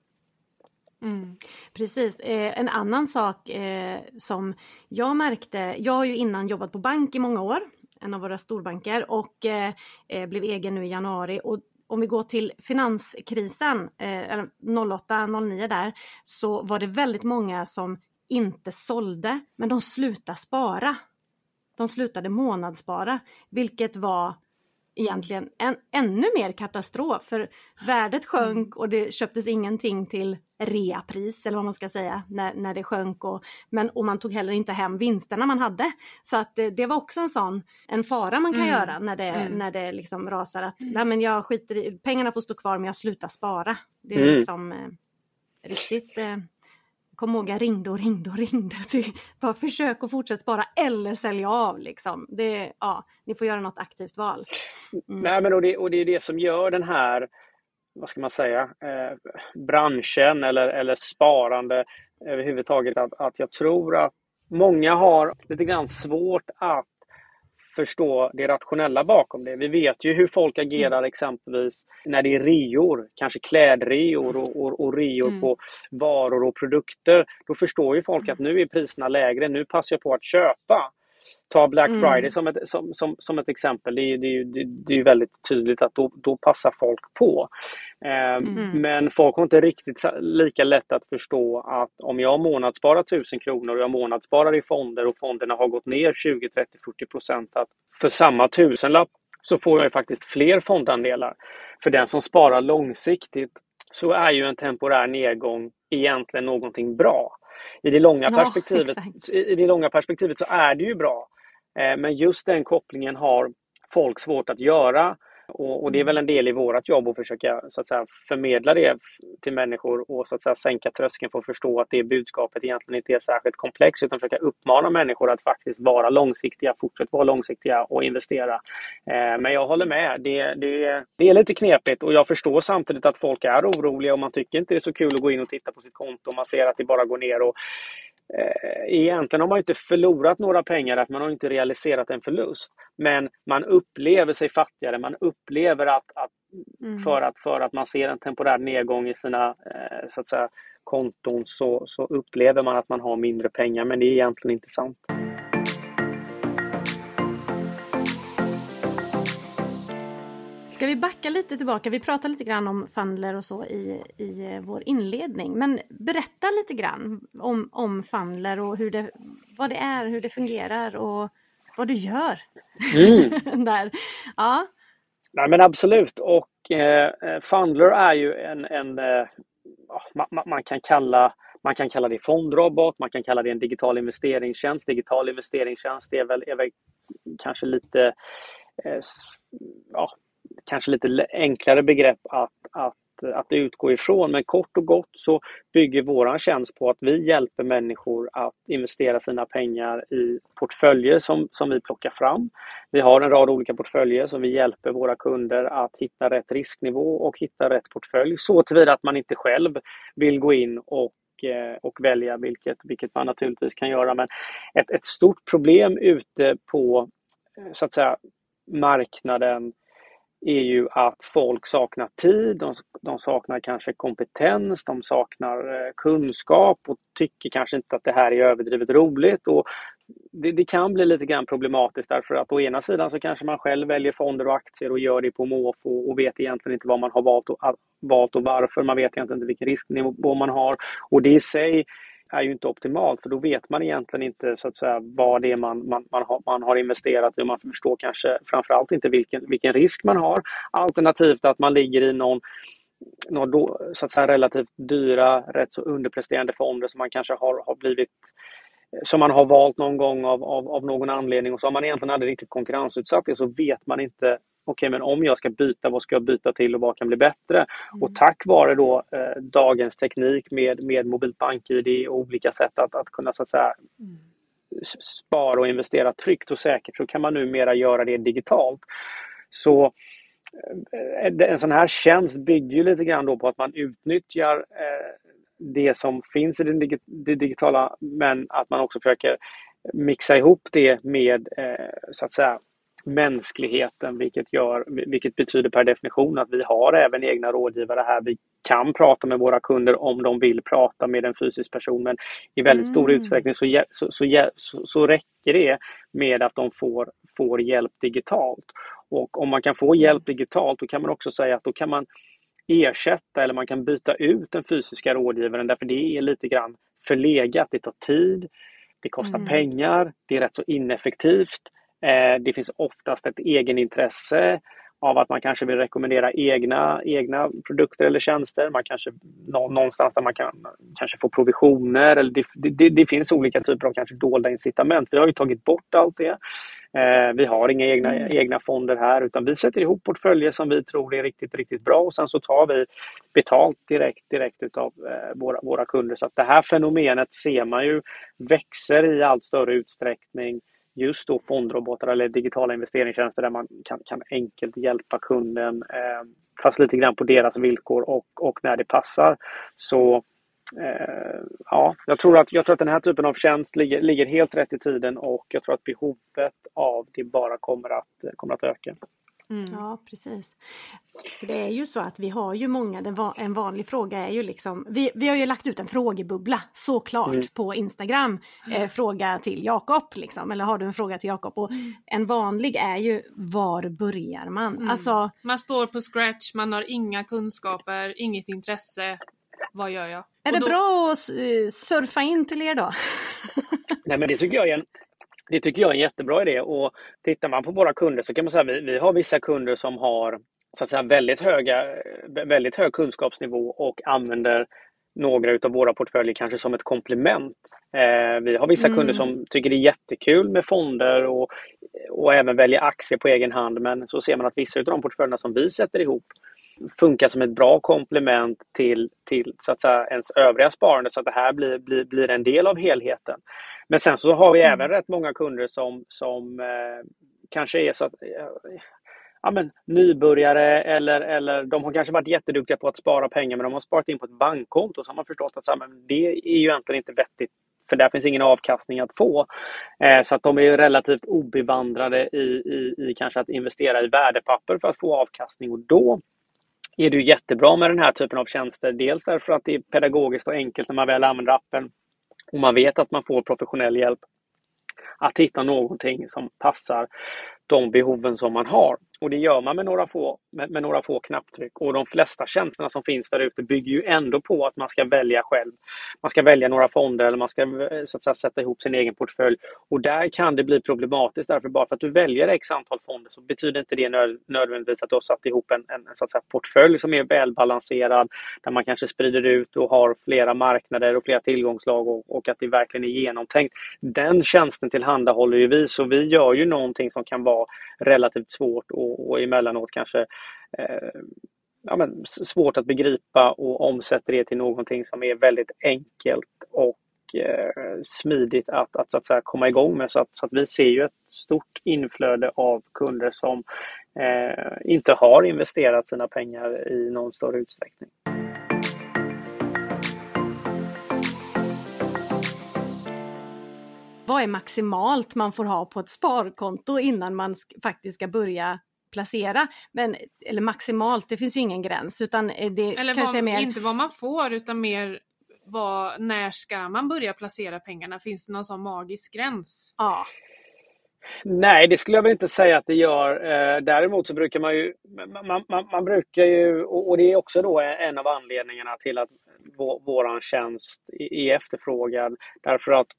Mm. Precis. Eh, en annan sak eh, som jag märkte, jag har ju innan jobbat på bank i många år, en av våra storbanker, och eh, blev egen nu i januari. Och om vi går till finanskrisen, eh, noll åtta noll nio där, så var det väldigt många som inte sålde, men de slutade spara. De slutade månadsspara, vilket var egentligen en ännu mer katastrof, för värdet sjönk och det köptes ingenting till reapris, eller vad man ska säga, när, när det sjönk, och, men, och man tog heller inte hem vinsterna man hade. Så att det, det var också en sån en fara man kan mm. göra när det, mm. när det liksom rasar, att nej, men jag skiter i, pengarna får stå kvar men jag slutar spara. Det är mm. liksom eh, riktigt eh, kom ihåg, jag ringde och ringde och ringde till, bara försök att fortsätta spara eller sälja av liksom. Det, ja, ni får göra något aktivt val. Mm. Nej, men och det, och det är det som gör den här, vad ska man säga, eh, branschen eller, eller sparande överhuvudtaget, att, att jag tror att många har lite grann svårt att förstå det rationella bakom det. Vi vet ju hur folk agerar exempelvis när det är reor, kanske klädreor och, och, och reor mm. på varor och produkter. Då förstår ju folk att nu är priserna lägre, nu passar jag på att köpa. Ta Black Friday mm. som, ett, som, som, som ett exempel. Det är, det, är, det är ju väldigt tydligt att då, då passar folk på. Eh, mm. Men folk har inte riktigt lika lätt att förstå att om jag månadssparar tusen kronor och jag månadssparar i fonder och fonderna har gått ner tjugo, trettio, fyrtio procent, att för samma tusenlapp så får jag ju faktiskt fler fondandelar. För den som sparar långsiktigt så är ju en temporär nedgång egentligen någonting bra. I det långa perspektivet, ja, i det långa perspektivet så är det ju bra. Eh, men just den kopplingen har folk svårt att göra. Och, och det är väl en del i vårt jobb att försöka så att säga, förmedla det till människor och så att säga, sänka tröskeln för att förstå att det budskapet egentligen inte är särskilt komplext, utan försöka uppmana människor att faktiskt vara långsiktiga, fortsätta vara långsiktiga och investera. Eh, men jag håller med, det, det, det är lite knepigt, och jag förstår samtidigt att folk är oroliga och man tycker inte det är så kul att gå in och titta på sitt konto och man ser att det bara går ner. Och egentligen har man inte förlorat några pengar, att man har inte realiserat en förlust, men man upplever sig fattigare, man upplever att, att, mm. för, att för att man ser en temporär nedgång i sina så att säga, konton, så, så upplever man att man har mindre pengar, men det är egentligen inte sant. Ska vi backa lite tillbaka? Vi pratade lite grann om Fundler och så i, i vår inledning. Men berätta lite grann om, om Fundler och hur det, vad det är, hur det fungerar och vad du gör. Mm. Där. Ja. Nej, men absolut. Och eh, Fundler är ju en, en eh, man, man, kan kalla, man kan kalla det fondrobot, man kan kalla det en digital investeringstjänst. Digital investeringstjänst är väl, är väl kanske lite eh, ja, kanske lite enklare begrepp att, att, att utgå ifrån. Men kort och gott så bygger våran tjänst på att vi hjälper människor att investera sina pengar i portföljer som, som vi plockar fram. Vi har en rad olika portföljer som vi hjälper våra kunder att hitta rätt risknivå och hitta rätt portfölj. Så tillvida att man inte själv vill gå in och och välja, vilket, vilket man naturligtvis kan göra. Men ett, ett stort problem ute på så att säga marknaden är ju att folk saknar tid, de, de saknar kanske kompetens, de saknar eh, kunskap och tycker kanske inte att det här är överdrivet roligt. Och det, det kan bli lite grann problematiskt, därför att å ena sidan så kanske man själv väljer fonder och aktier och gör det på måfå och, och vet egentligen inte vad man har valt och, valt och varför. Man vet egentligen inte vilken risknivå man har, och det i sig är ju inte optimalt, för då vet man egentligen inte så att säga vad det är man, man, man, har, man har investerat i, och man förstår kanske framförallt inte vilken, vilken risk man har. Alternativt att man ligger i någon, någon då, så att säga, relativt dyra, rätt så underpresterande fonder som man kanske har, har blivit som man har valt någon gång av, av, av någon anledning, och så har man egentligen aldrig riktigt konkurrensutsatt det, så vet man inte okej, okay, men om jag ska byta, vad ska jag byta till och vad kan bli bättre? Mm. Och tack vare då eh, dagens teknik med, med mobilt bank-I D och olika sätt att, att kunna så att säga mm. spara och investera tryggt och säkert, så kan man numera göra det digitalt. Så eh, en sån här tjänst bygger ju lite grann då på att man utnyttjar eh, det som finns i det, dig- det digitala, men att man också försöker mixa ihop det med eh, så att säga mänskligheten, vilket, gör, vilket betyder per definition att vi har även egna rådgivare här. Vi kan prata med våra kunder om de vill prata med en fysisk person, men i väldigt mm. stor utsträckning så, så, så, så, så räcker det med att de får, får hjälp digitalt. Och om man kan få hjälp digitalt, då kan man också säga att då kan man ersätta eller man kan byta ut den fysiska rådgivaren, därför det är lite grann förlegat, det tar tid, det kostar mm. pengar, det är rätt så ineffektivt. Eh, det finns oftast ett egenintresse av att man kanske vill rekommendera egna, egna produkter eller tjänster. Man kanske någonstans där man kan kanske få provisioner, eller det, det, det finns olika typer av kanske dolda incitament. Vi har ju tagit bort allt det. Eh, vi har inga egna, mm. egna fonder här, utan vi sätter ihop portföljer som vi tror är riktigt, riktigt bra, och sen så tar vi betalt direkt, direkt utav eh, våra, våra kunder. Så att det här fenomenet ser man ju växer i allt större utsträckning. Just då fondrobotar eller digitala investeringstjänster där man kan, kan enkelt hjälpa kunden eh, fast lite grann på deras villkor och, och när det passar. Så eh, ja, jag tror, att, jag tror att den här typen av tjänst ligger, ligger helt rätt i tiden, och jag tror att behovet av det bara kommer att, kommer att öka. Mm. Ja, precis. För det är ju så att vi har ju många, den va, en vanlig fråga är ju liksom, vi, vi har ju lagt ut en frågebubbla såklart mm. på Instagram, eh, fråga till Jakob liksom, eller har du en fråga till Jakob? Och mm. en vanlig är ju, var börjar man? Mm. Alltså, man står på scratch, man har inga kunskaper, inget intresse, vad gör jag? Är det då... bra att uh, surfa in till er då? Nej, men det tycker jag är en Det tycker jag är en jättebra idé, och tittar man på våra kunder så kan man säga att vi, vi har vissa kunder som har så att säga väldigt höga, väldigt hög kunskapsnivå och använder några utav våra portföljer kanske som ett komplement. Eh, vi har vissa mm. kunder som tycker det är jättekul med fonder och, och även väljer aktier på egen hand, men så ser man att vissa av de portföljerna som vi sätter ihop funkar som ett bra komplement till, till så att säga ens övriga sparande, så att det här blir, blir, blir en del av helheten. Men sen så har vi mm. även rätt många kunder som, som eh, kanske är så att, eh, ja, men, nybörjare, eller, eller de har kanske varit jätteduktiga på att spara pengar, men de har sparat in på ett bankkonto, så har man förstått att så här, men det är ju egentligen inte vettigt, för där finns ingen avkastning att få. Eh, så att de är relativt obevandrade i, i, i kanske att investera i värdepapper för att få avkastning, och då är det ju jättebra med den här typen av tjänster. Dels därför att det är pedagogiskt och enkelt när man väl använder appen, och man vet att man får professionell hjälp att hitta någonting som passar de behoven som man har. Och det gör man med några få, med, med några få knapptryck. Och de flesta tjänsterna som finns där ute bygger ju ändå på att man ska välja själv. Man ska välja några fonder, eller man ska så att säga sätta ihop sin egen portfölj. Och där kan det bli problematiskt, därför bara för att du väljer x antal fonder så betyder inte det nöd, nödvändigtvis att du har satt ihop en, en så att säga portfölj som är välbalanserad, där man kanske sprider ut och har flera marknader och flera tillgångslag, och, och att det verkligen är genomtänkt. Den tjänsten tillhandahåller ju vi, så vi gör ju någonting som kan vara relativt svårt och och emellanåt kanske eh, ja, men svårt att begripa, och omsätter det till någonting som är väldigt enkelt och eh, smidigt att, att, så att säga, komma igång med. Så att, så att vi ser ju ett stort inflöde av kunder som eh, inte har investerat sina pengar i någon större utsträckning. Vad är maximalt man får ha på ett sparkonto innan man faktiskt ska börja placera? Men, eller maximalt, det finns ju ingen gräns, utan det eller kanske vad, är mer... inte vad man får, utan mer vad, när ska man börja placera pengarna? Finns det någon sån magisk gräns? Ja. Nej, det skulle jag väl inte säga att det gör. Däremot så brukar man ju, man, man, man brukar ju, och det är också då en av anledningarna till att vår, våran tjänst är efterfrågad. Därför att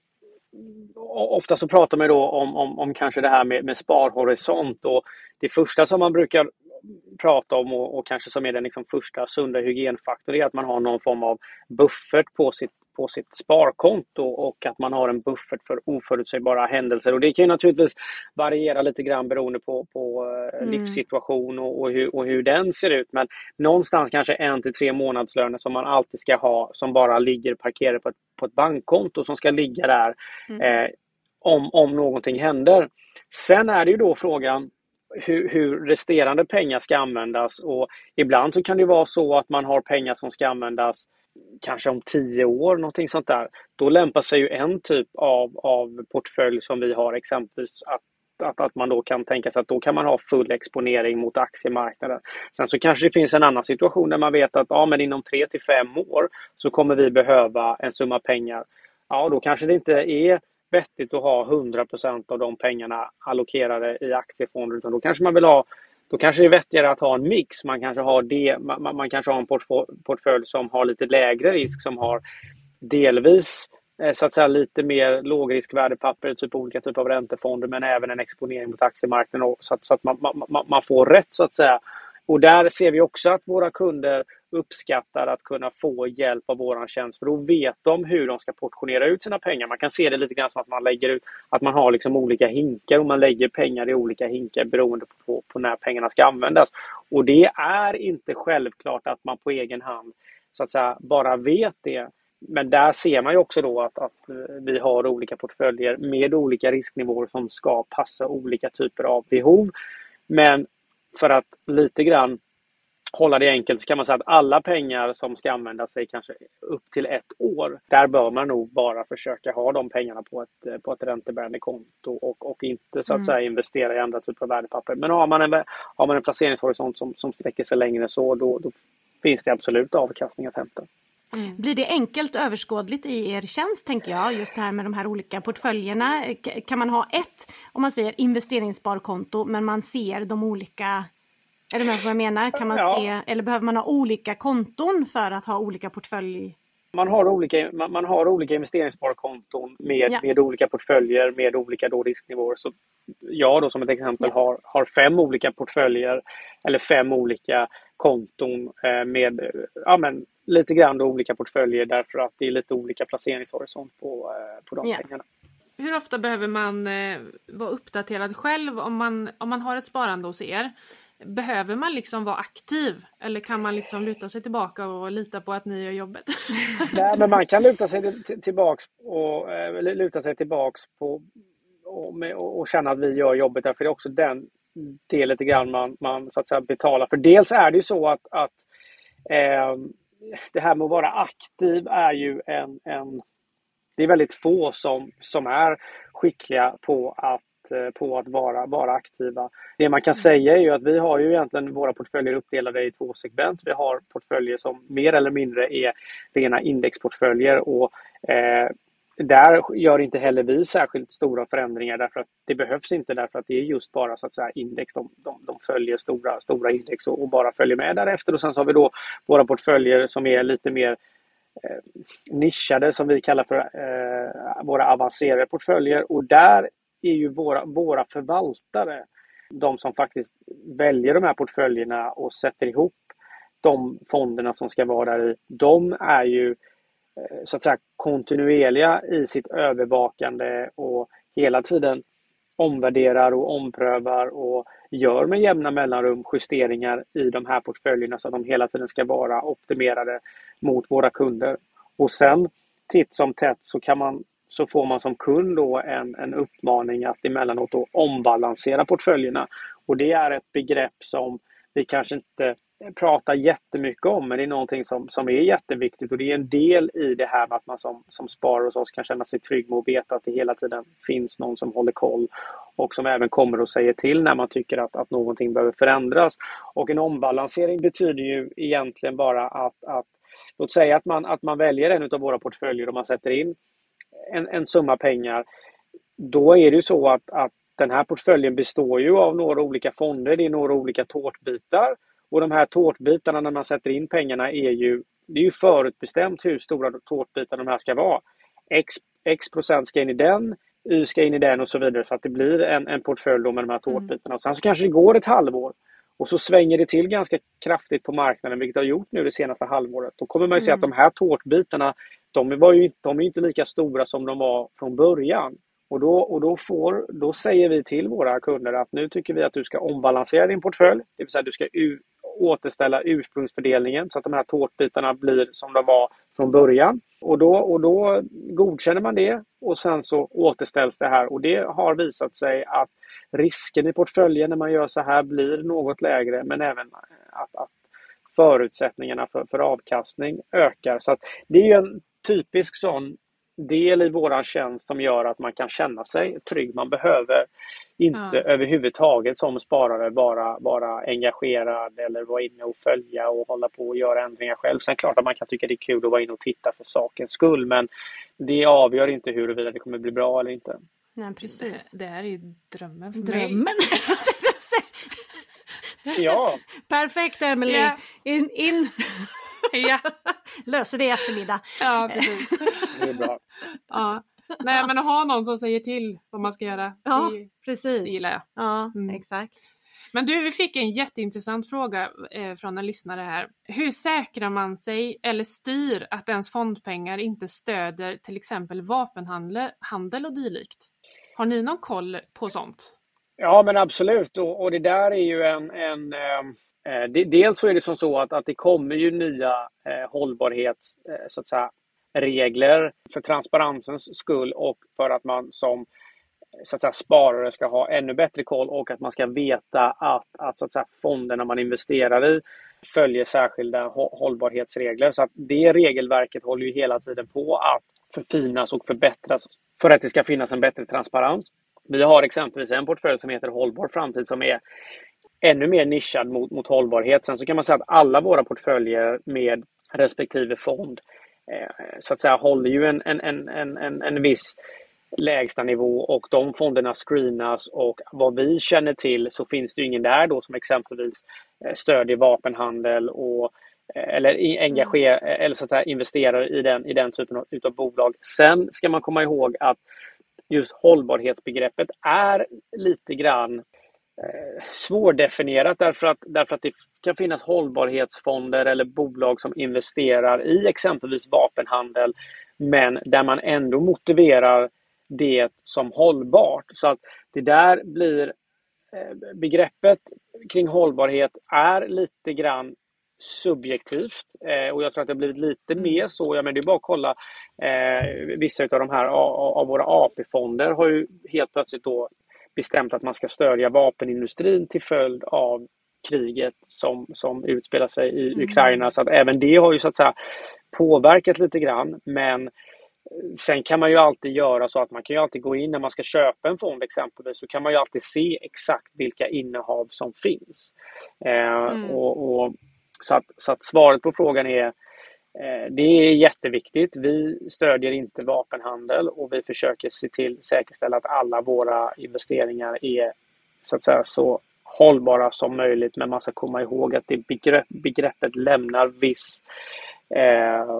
ofta så pratar man då om, om, om kanske det här med, med sparhorisont, och det första som man brukar prata om och, och kanske som är den liksom första sunda hygienfaktorn är att man har någon form av buffert på sitt, på sitt sparkonto, och att man har en buffert för oförutsägbara händelser. Och det kan ju naturligtvis variera lite grann beroende på, på mm. livssituation och, och, hur, och hur den ser ut. Men någonstans kanske en till tre månadslöner som man alltid ska ha, som bara ligger parkerade på ett, på ett bankkonto, som ska ligga där mm. eh, om, om någonting händer. Sen är det ju då frågan Hur, hur resterande pengar ska användas, och ibland så kan det vara så att man har pengar som ska användas kanske om tio år, någonting sånt där. Då lämpar sig ju en typ av, av portfölj som vi har, exempelvis att, att, att man då kan tänka sig att då kan man ha full exponering mot aktiemarknaden. Sen så kanske det finns en annan situation där man vet att ja, men inom tre till fem år så kommer vi behöva en summa pengar. Ja, då kanske det inte är vettigt att ha hundra procent av de pengarna allokerade i aktiefonder, utan då kanske man vill ha, då kanske det är vettigare att ha en mix. Man kanske har det, man, man kanske har en portfölj som har lite lägre risk, som har delvis så att säga lite mer lågriskvärdepapper, typ olika typer av räntefonder, men även en exponering mot aktiemarknaden, så att, så att man, man, man får rätt så att säga. Och där ser vi också att våra kunder uppskattar att kunna få hjälp av våran tjänst, för då vet de hur de ska portionera ut sina pengar. Man kan se det lite grann som att man lägger ut, att man har liksom olika hinkar, och man lägger pengar i olika hinkar beroende på, på när pengarna ska användas. Och det är inte självklart att man på egen hand så att säga bara vet det. Men där ser man ju också då att, att vi har olika portföljer med olika risknivåer som ska passa olika typer av behov. Men för att lite grann hålla det enkelt så kan man säga att alla pengar som ska användas sig kanske upp till ett år. Där bör man nog bara försöka ha de pengarna på ett, på ett räntebärande konto, och, och inte så att mm. säga investera i andra typer av värdepapper. Men har man en, har man en placeringshorisont som, som sträcker sig längre så, då, då finns det absolut avkastning att hämta. Mm. Blir det enkelt överskådligt i er tjänst, tänker jag, just det här med de här olika portföljerna? Kan man ha ett, om man säger investeringssparkonto, men man ser de olika, är det med vad jag menar? Kan man ja. se, eller behöver man ha olika konton för att ha olika portfölj? Man har olika, man, man har olika investeringssparkonton med, ja. med olika portföljer, med olika då risknivåer. Så jag då som ett exempel ja. har, har fem olika portföljer, eller fem olika konton eh, med ja, men, lite grann då olika portföljer, därför att det är lite olika placeringshorisont på, eh, på de ja. pengarna. Hur ofta behöver man eh, vara uppdaterad själv om man, om man har ett sparande hos er? Behöver man liksom vara aktiv, eller kan man liksom luta sig tillbaka och lita på att ni gör jobbet? Nej, men man kan luta sig t- tillbaks och äh, luta sig tillbaks på och, med, och, och känna att vi gör jobbet, därför det är också den del lite grann man, man så att säga betalar för. Dels är det ju så att, att eh, det här med att vara aktiv är ju en, en det är väldigt få som, som är skickliga på att på att vara, vara aktiva. Det man kan säga är ju att vi har ju egentligen våra portföljer uppdelade i två segment. Vi har portföljer som mer eller mindre är rena indexportföljer, och eh, där gör inte heller vi särskilt stora förändringar, därför att det behövs inte, därför att det är just bara så att säga index. De, de, de följer stora, stora index och, och bara följer med därefter. Och sen så har vi då våra portföljer som är lite mer eh, nischade, som vi kallar för eh, våra avancerade portföljer, och där är ju våra, våra förvaltare, de som faktiskt väljer de här portföljerna och sätter ihop de fonderna som ska vara där i. De är ju så att säga kontinuerliga i sitt övervakande, och hela tiden omvärderar och omprövar och gör med jämna mellanrum justeringar i de här portföljerna, så att de hela tiden ska vara optimerade mot våra kunder. Och sen titt som tätt så kan man så får man som kund då en, en uppmaning att emellanåt då ombalansera portföljerna. Och det är ett begrepp som vi kanske inte pratar jättemycket om, men det är någonting som, som är jätteviktigt, och det är en del i det här med att man som, som sparar hos oss kan känna sig trygg med att veta att det hela tiden finns någon som håller koll, och som även kommer och säger till när man tycker att, att någonting behöver förändras. Och en ombalansering betyder ju egentligen bara att, att låt säga att man, att man väljer en av våra portföljer och man sätter in En, en summa pengar. Då är det ju så att, att den här portföljen består ju av några olika fonder, det är några olika tårtbitar, och de här tårtbitarna när man sätter in pengarna är ju det är ju förutbestämt hur stora tårtbitar de här ska vara. X, X procent ska in i den, Y ska in i den och så vidare, så att det blir en, en portfölj med de här tårtbitarna. Och sen så kanske det går ett halvår och så svänger det till ganska kraftigt på marknaden, vilket har gjort nu det senaste halvåret. Då kommer man ju se mm. att de här tårtbitarna, de var ju de är inte lika stora som de var från början. Och då, och då, får, då säger vi till våra kunder att nu tycker vi att du ska ombalansera din portfölj. Det vill säga att du ska u- återställa ursprungsfördelningen så att de här tårtbitarna blir som de var från början. Och då, och då godkänner man det och sen så återställs det här. Och det har visat sig att risken i portföljen när man gör så här blir något lägre, men även att, att förutsättningarna för, för avkastning ökar. Så att det är ju en typisk sån del i våran tjänst som gör att man kan känna sig trygg. Man behöver inte ja. överhuvudtaget som sparare bara vara engagerad eller vara inne och följa och hålla på och göra ändringar själv. Sen klart att man kan tycka det är kul att vara inne och titta för sakens skull, men det avgör inte huruvida det kommer bli bra eller inte. Nej, precis. Det, det här är ju drömmen för drömmen. mig. Ja. Perfekt, Emily. Yeah. In, in. Ja. Löser det i eftermiddag. Ja, precis. Det är bra. Ja. Nej, men att ha någon som säger till vad man ska göra. Ja, det, precis. Det gillar jag. Ja, mm. exakt. Men du, vi fick en jätteintressant fråga eh, från en lyssnare här. Hur säkrar man sig eller styr att ens fondpengar inte stöder till exempel vapenhandel handel och dylikt? Har ni någon koll på sånt? Ja, men absolut. Och, och det där är ju en... en eh, det, dels så är det som så att, att det kommer ju nya eh, hållbarhets, eh, så att säga, regler för transparensens skull och för att man som så att säga, sparare ska ha ännu bättre koll och att man ska veta att, att, så att säga, fonderna man investerar i följer särskilda hållbarhetsregler. Så att det regelverket håller ju hela tiden på att förfinas och förbättras för att det ska finnas en bättre transparens. Vi har exempelvis en portfölj som heter Hållbar framtid som är ännu mer nischad mot, mot hållbarhet. Sen så kan man säga att alla våra portföljer med respektive fond eh, så att säga håller ju en, en, en, en, en viss lägsta nivå och de fonderna screenas, och vad vi känner till så finns det ju ingen där då som exempelvis stödjer vapenhandel och eller engagerar eller så att säga investerar i den, i den typen av utav bolag. Sen ska man komma ihåg att just hållbarhetsbegreppet är lite grann eh, svårdefinierat därför att, därför att det kan finnas hållbarhetsfonder eller bolag som investerar i exempelvis vapenhandel men där man ändå motiverar det som hållbart. Så att det där blir eh, begreppet kring hållbarhet är lite grann subjektivt eh, och jag tror att det har blivit lite mer så. Ja, men det är bara att kolla eh, vissa av de här av, av våra A P-fonder har ju helt plötsligt då bestämt att man ska stödja vapenindustrin till följd av kriget som, som utspelar sig i mm. Ukraina. Så att även det har ju så att säga påverkat lite grann, men sen kan man ju alltid göra så att man kan ju alltid gå in när man ska köpa en fond exempelvis, så kan man ju alltid se exakt vilka innehav som finns. Eh, mm. och, och, så, att, så att svaret på frågan är eh, det är jätteviktigt. Vi stödjer inte vapenhandel och vi försöker se till säkerställa att alla våra investeringar är så att säga så hållbara som möjligt, men man ska komma ihåg att det begrepp, begreppet lämnar viss Eh,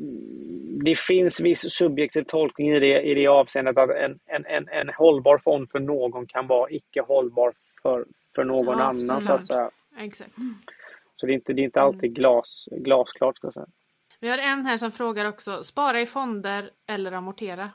det finns viss subjektiv tolkning i det, i det avseendet att en, en, en, en hållbar fond för någon kan vara icke hållbar för, för någon ja, annan så att säga. Exakt. Så det är inte, det är inte alltid glas, glasklart ska jag säga. Vi har en här som frågar också, spara i fonder eller amortera?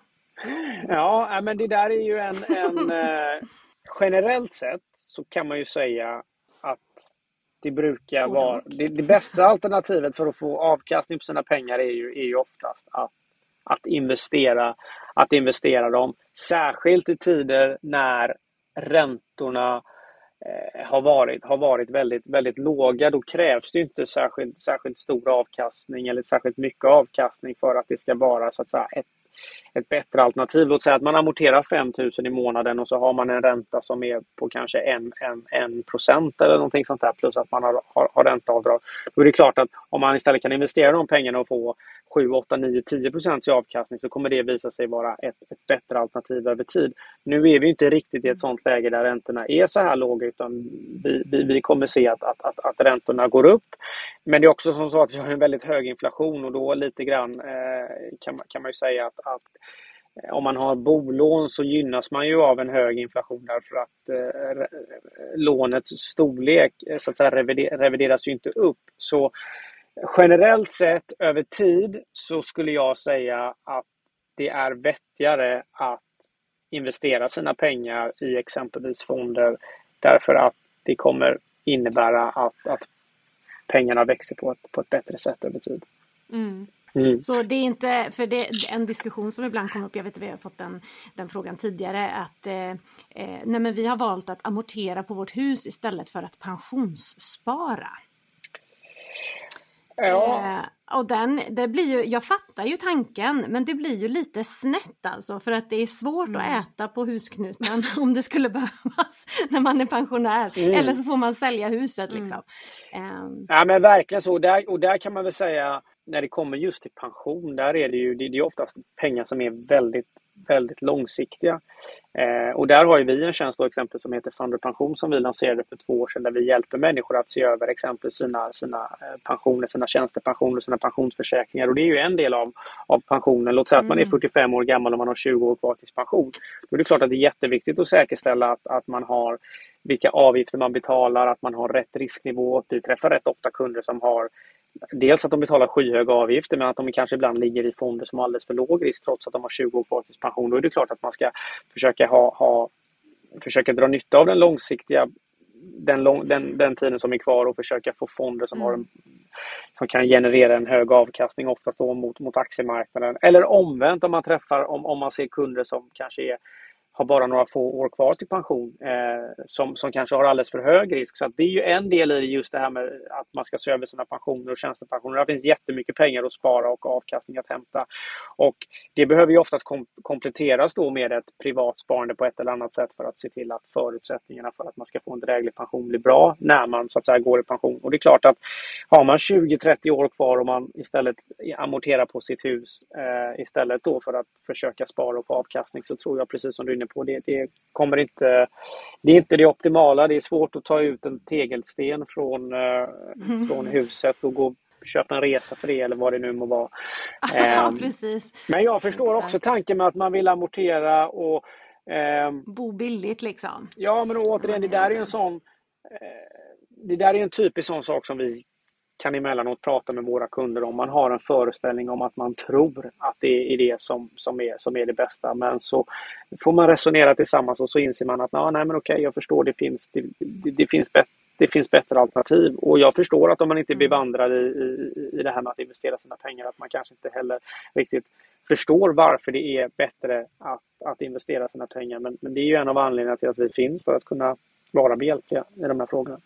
Ja, men det där är ju en, en eh, generellt sett så kan man ju säga att det brukar oh, vara det, det bästa alternativet för att få avkastning på sina pengar är ju, är ju oftast att, att investera att investera dem, särskilt i tider när räntorna eh, har varit har varit väldigt väldigt låga. Då krävs det inte särskilt särskilt stor avkastning eller särskilt mycket avkastning för att det ska vara så att säga ett ett bättre alternativ. Låt säga att man amorterar fem tusen i månaden och så har man en ränta som är på kanske en, en, en procent eller någonting sånt där, plus att man har, har, har ränteavdrag. Då är det klart att om man istället kan investera de pengarna och få sju, åtta, nio, tio procent i avkastning så kommer det visa sig vara ett, ett bättre alternativ över tid. Nu är vi inte riktigt i ett sånt läge där räntorna är så här låga, utan vi, vi, vi kommer se att, att, att, att räntorna går upp. men det är också som så att vi har en väldigt hög inflation och då lite grann eh, kan, man, kan man ju säga att, att om man har bolån så gynnas man ju av en hög inflation därför att eh, lånets storlek så att säga, revider, revideras ju inte upp. Så generellt sett över tid så skulle jag säga att det är vettigare att investera sina pengar i exempelvis fonder därför att det kommer innebära att, att pengarna växer på ett, på ett bättre sätt över tid. Mm. Mm. Så det är inte, för det är en diskussion som ibland kommer upp, jag vet att vi har fått den, den frågan tidigare, att eh, nej men vi har valt att amortera på vårt hus istället för att pensionsspara. Ja. Eh, och den, det blir ju, jag fattar ju tanken, men det blir ju lite snett alltså, för att det är svårt mm. att äta på husknuten om det skulle behövas när man är pensionär, mm. eller så får man sälja huset liksom. Mm. Eh. Ja men verkligen så, och där, och där kan man väl säga, när det kommer just till pension, där är det ju det, det är oftast pengar som är väldigt, väldigt långsiktiga. Eh, och där har ju vi en tjänst då exempel som heter Funderpension som vi lanserade för två år sedan där vi hjälper människor att se över exempel sina, sina pensioner, sina tjänstepensioner, sina pensionsförsäkringar. Och det är ju en del av, av pensionen. Låt säga att man är fyrtiofem år gammal och man har tjugo år kvar till pension. Då är det klart att det är jätteviktigt att säkerställa att, att man har vilka avgifter man betalar, att man har rätt risknivå. Vi träffar rätt ofta kunder som har dels att de betalar skyhöga avgifter men att de kanske ibland ligger i fonder som har alldeles för låg risk trots att de har tjugo år kvar till pension. Då är det klart att man ska försöka, ha, ha, försöka dra nytta av den långsiktiga den, lång, den, den tiden som är kvar och försöka få fonder som, mm. har en, som kan generera en hög avkastning oftast då mot, mot aktiemarknaden. Eller omvänt om man träffar om, om man ser kunder som kanske är har bara några få år kvar till pension eh, som, som kanske har alldeles för hög risk. Så att det är ju en del i just det här med att man ska se över sina pensioner och tjänstepensioner. Det finns jättemycket pengar att spara och avkastning att hämta. Och det behöver ju oftast kom- kompletteras då med ett privat sparande på ett eller annat sätt för att se till att förutsättningarna för att man ska få en dräglig pension blir bra när man så att säga går i pension. Och det är klart att har man tjugo till trettio år kvar och man istället amorterar på sitt hus eh, istället då för att försöka spara och få avkastning, så tror jag precis som du är inne på, det, det kommer inte det är inte det optimala. Det är svårt att ta ut en tegelsten från, eh, mm. från huset och gå köpa en resa för det eller vad det nu må vara. Ja, precis. Men jag förstår Exakt. också tanken med att man vill amortera och ehm, bo billigt liksom. Ja, men återigen, det där är en sån eh, det där är en typisk sån sak som vi kan emellanåt prata med våra kunder om. Man har en föreställning om att man tror att det är det som, som, är, som är det bästa. Men så får man resonera tillsammans och så inser man att nej men okej, jag förstår, det finns, det, det, det finns bättre. Det finns bättre alternativ och jag förstår att om man inte bevandrar i, i, i det här med att investera sina pengar att man kanske inte heller riktigt förstår varför det är bättre att, att investera sina pengar. Men, men det är ju en av anledningarna till att vi finns för att kunna vara behjälpliga i de här frågorna.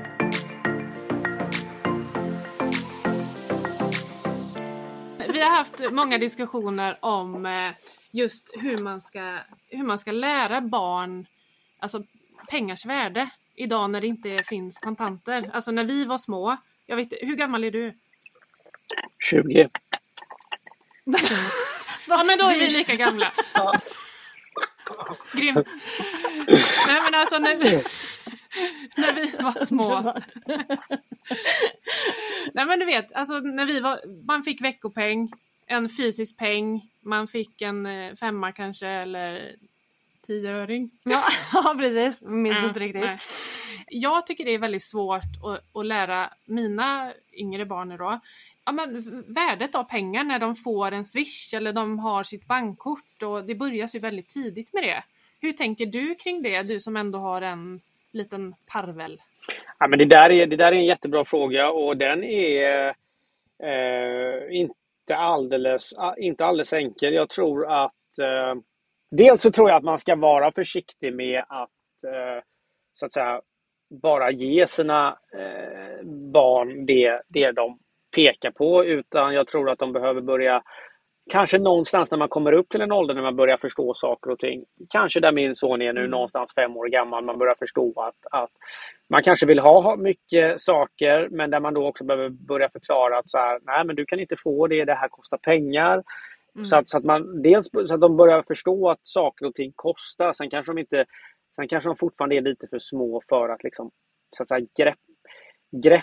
Vi har haft många diskussioner om just hur man ska, hur man ska lära barn alltså pengars värde idag när det inte finns kontanter. Alltså när vi var små. Jag vet, hur gammal är du? tjugo. Ja, men då är vi lika gamla. Ja. Grymt. Nej, men alltså när vi, när vi var små. Nej, men du vet, alltså när vi var, man fick veckopeng, en fysisk peng, man fick en femma kanske eller tioöring. Ja, ja precis. Minns ja, inte riktigt. Nej. Jag tycker det är väldigt svårt att, att lära mina yngre barn då, ja, men värdet av pengar när de får en swish eller de har sitt bankkort, och det börjar ju väldigt tidigt med det. Hur tänker du kring det, du som ändå har en liten parvel? Ja, men det där är, det där är en jättebra fråga och den är eh, inte, alldeles, inte alldeles enkel. Jag tror att eh, dels så tror jag att man ska vara försiktig med att eh, så att säga bara ge sina eh, barn det, det de pekar på, utan jag tror att de behöver börja kanske någonstans när man kommer upp till en ålder när man börjar förstå saker och ting. Kanske där min son är nu mm. någonstans fem år gammal. Man börjar förstå att, att man kanske vill ha mycket saker, men där man då också behöver börja förklara att så här, nej men du kan inte få det, det här kostar pengar. Mm. Så, att, så att man dels så att de börjar förstå att saker och ting kostar. Sen kanske de inte Sen kanske de fortfarande är lite för små för att liksom så att säga grepp, grepp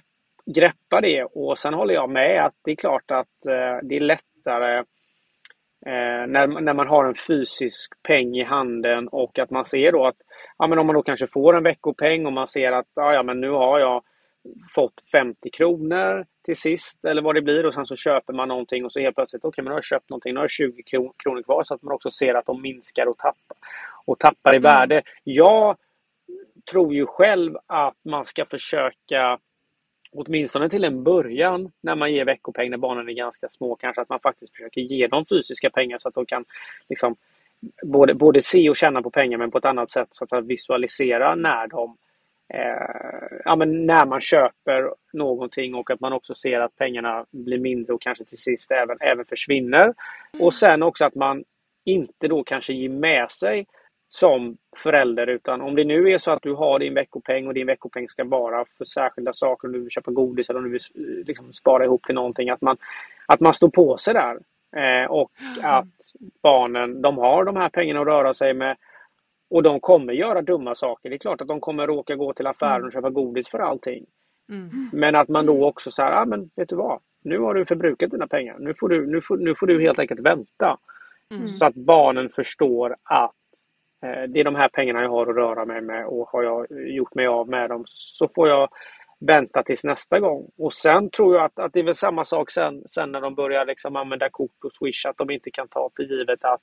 greppa det. Och sen håller jag med att det är klart att eh, det är lättare eh, när, när man har en fysisk peng i handen och att man ser då att ja, men om man då kanske får en veckopeng och man ser att ja, ja, men nu har jag fått femtio kronor till sist eller vad det blir och sen så köper man någonting och så helt plötsligt okej, okay, men nu har jag köpt någonting, nu har jag tjugo kronor kvar, så att man också ser att de minskar och tappar och tappar i värde. Mm. Jag tror ju själv att man ska försöka åtminstone till en början när man ger veckopeng när barnen är ganska små, kanske att man faktiskt försöker ge dem fysiska pengar så att de kan liksom både, både se och känna på pengar, men på ett annat sätt så att visualisera när de eh, ja, men när man köper någonting och att man också ser att pengarna blir mindre och kanske till sist även, även försvinner. Och sen också att man inte då kanske ger med sig som förälder, utan om det nu är så att du har din veckopeng och din veckopeng ska vara för särskilda saker, om du vill köpa godis eller om du vill liksom spara ihop till någonting, att man, att man står på sig där eh, och att barnen, de har de här pengarna att röra sig med och de kommer göra dumma saker. Det är klart att de kommer råka gå till affären och köpa godis för allting. Mm. Men att man då också säger, ah, men vet du vad, nu har du förbrukat dina pengar, nu får du, nu får, nu får du helt enkelt vänta. Mm. Så att barnen förstår att det är de här pengarna jag har att röra mig med och har jag gjort mig av med dem så får jag vänta tills nästa gång. Och sen tror jag att, att det är väl samma sak sen, sen när de börjar liksom använda kort och Swish, att de inte kan ta för givet att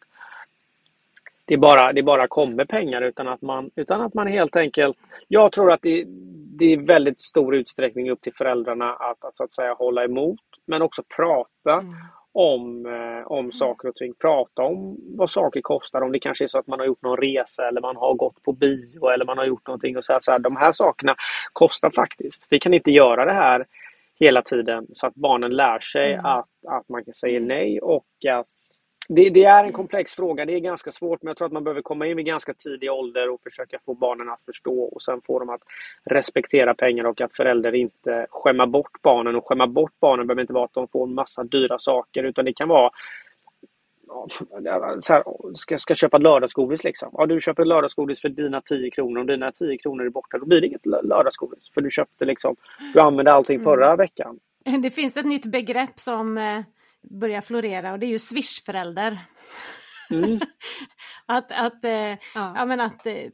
det bara, det bara kommer pengar utan att man, utan att man helt enkelt, jag tror att det, det är väldigt stor utsträckning upp till föräldrarna att, att så att säga hålla emot, men också prata mm. om, eh, om saker och ting. Prata om vad saker kostar. Om det kanske är så att man har gjort någon resa eller man har gått på bio eller man har gjort någonting och så här, så här, de här sakerna kostar faktiskt. Vi kan inte göra det här hela tiden så att barnen lär sig mm. att, att man kan säga nej och att det, det är en komplex fråga. Det är ganska svårt, men jag tror att man behöver komma in i ganska tidig ålder och försöka få barnen att förstå och sen få dem att respektera pengar och att föräldrar inte skämma bort barnen. Och skämma bort barnen behöver inte vara att de får en massa dyra saker, utan det kan vara så här, ska, ska köpa lördagsgodis liksom. Ja, du köper lördagsgodis för dina tio kronor. Om dina tio kronor är borta, då blir det inget lördagsgodis. För du köpte liksom, du använde allting förra mm. veckan. Det finns ett nytt begrepp som eh, börjar florera och det är ju swishförälder. Mm. att att, eh, ja. Ja, men att eh,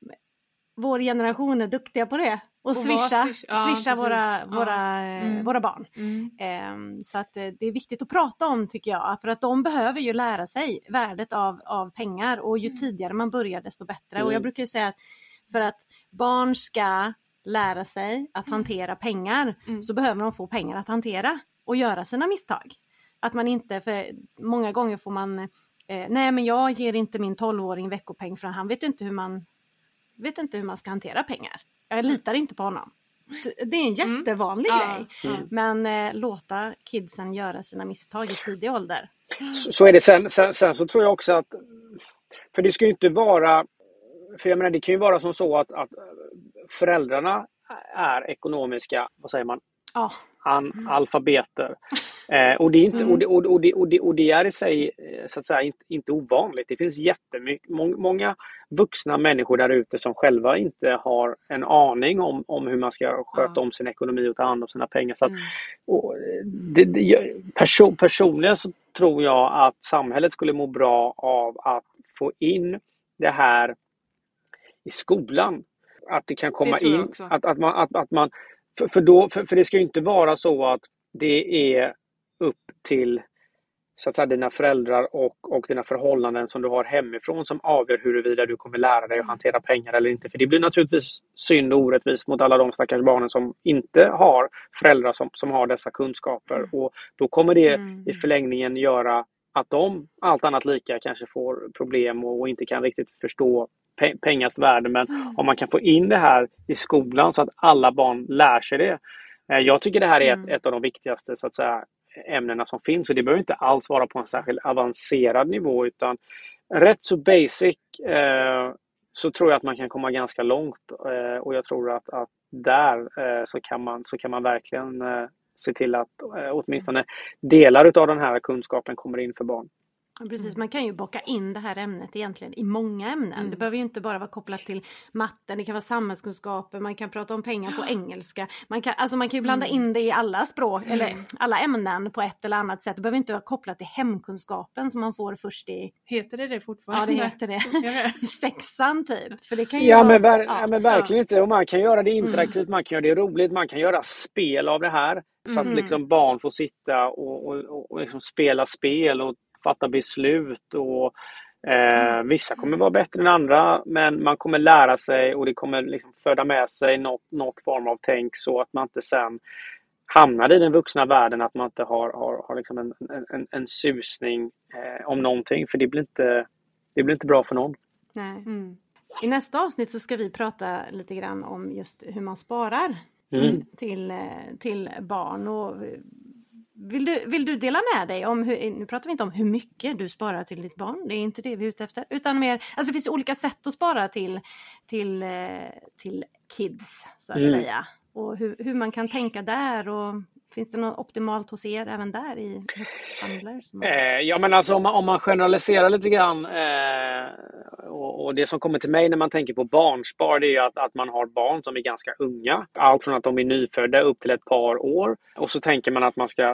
vår generation är duktiga på det. Och, och swisha, swish. ja, swisha våra, våra, ja. mm. våra barn. Mm. Eh, så att eh, det är viktigt att prata om, tycker jag. För att de behöver ju lära sig värdet av, av pengar. Och ju mm. tidigare man börjar desto bättre. Mm. Och jag brukar ju säga att för att barn ska lära sig att hantera pengar mm. så behöver de få pengar att hantera och göra sina misstag. Att man inte, för många gånger får man eh, nej men jag ger inte min tolvåring veckopeng för han vet inte hur man vet inte hur man ska hantera pengar. Jag litar inte på honom. Det är en jättevanlig mm. grej. Mm. Men eh, låta kidsen göra sina misstag i tidig ålder. Så, så är det. Sen, sen, sen så tror jag också att, för det ska ju inte vara, för jag menar det kan ju vara som så att, att föräldrarna är ekonomiska, vad säger man? Oh. An, alfabeter. Eh, och, det är inte, mm. och, det, och, det, och, det, och det är i sig så att säga inte, inte ovanligt. Det finns jättemycket, må, många vuxna människor där ute som själva inte har en aning om, om hur man ska sköta ja. om sin ekonomi och ta hand om sina pengar. Så att, mm. och det, det, person, personligen så tror jag att samhället skulle må bra av att få in det här i skolan. Att det kan komma det in, att, att man, att, att man för, för, då, för, för det ska ju inte vara så att det är upp till så att säga, dina föräldrar och, och dina förhållanden som du har hemifrån som avgör huruvida du kommer lära dig att hantera pengar eller inte. För det blir naturligtvis synd och orättvist mot alla de stackars barnen som inte har föräldrar som, som har dessa kunskaper. Mm. Och då kommer det mm. i förlängningen göra att de, allt annat lika, kanske får problem och, och inte kan riktigt förstå pe- pengars värde. Men mm. om man kan få in det här i skolan så att alla barn lär sig det. Eh, jag tycker det här är mm. ett, ett av de viktigaste så att säga ämnena som finns, och det behöver inte alls vara på en särskilt avancerad nivå, utan rätt så basic eh, så tror jag att man kan komma ganska långt eh, och jag tror att, att där eh, så, kan man, så kan man verkligen eh, se till att eh, åtminstone delar av den här kunskapen kommer in för barn. Precis, man kan ju bocka in det här ämnet egentligen i många ämnen. Mm. Det behöver ju inte bara vara kopplat till matten, det kan vara samhällskunskaper, man kan prata om pengar på engelska. Man kan, alltså man kan ju blanda mm. in det i alla språk, mm. eller alla ämnen på ett eller annat sätt. Det behöver inte vara kopplat till hemkunskapen som man får först i... Heter det det fortfarande? Ja, det heter det. Sexan typ. För det kan ju ja, vara... men ver- ja. ja, men verkligen inte. Och man kan göra det interaktivt, mm. man kan göra det roligt, man kan göra spel av det här. Så mm. att liksom barn får sitta och, och, och, och liksom spela spel och fatta beslut och eh, vissa kommer vara bättre än andra, men man kommer lära sig och det kommer liksom föda med sig något, något form av tänk så att man inte sen hamnar i den vuxna världen, att man inte har, har, har liksom en, en, en susning eh, om någonting, för det blir inte, det blir inte bra för någon. Nej. Mm. I nästa avsnitt så ska vi prata lite grann om just hur man sparar mm. till, till barn. Och Vill du, vill du dela med dig om hur, nu pratar vi inte om hur mycket du sparar till ditt barn, det är inte det vi är ute efter, utan mer, alltså det finns olika sätt att spara till, till, till kids så att mm. säga, och hur, hur man kan tänka där, och finns det något optimalt hos er även där i familjer? Som... Eh, ja, men alltså om man, om man generaliserar lite grann eh, och, och det som kommer till mig när man tänker på barnspar, det är ju att, att man har barn som är ganska unga. Allt från att de är nyfödda upp till ett par år. Och så tänker man att man ska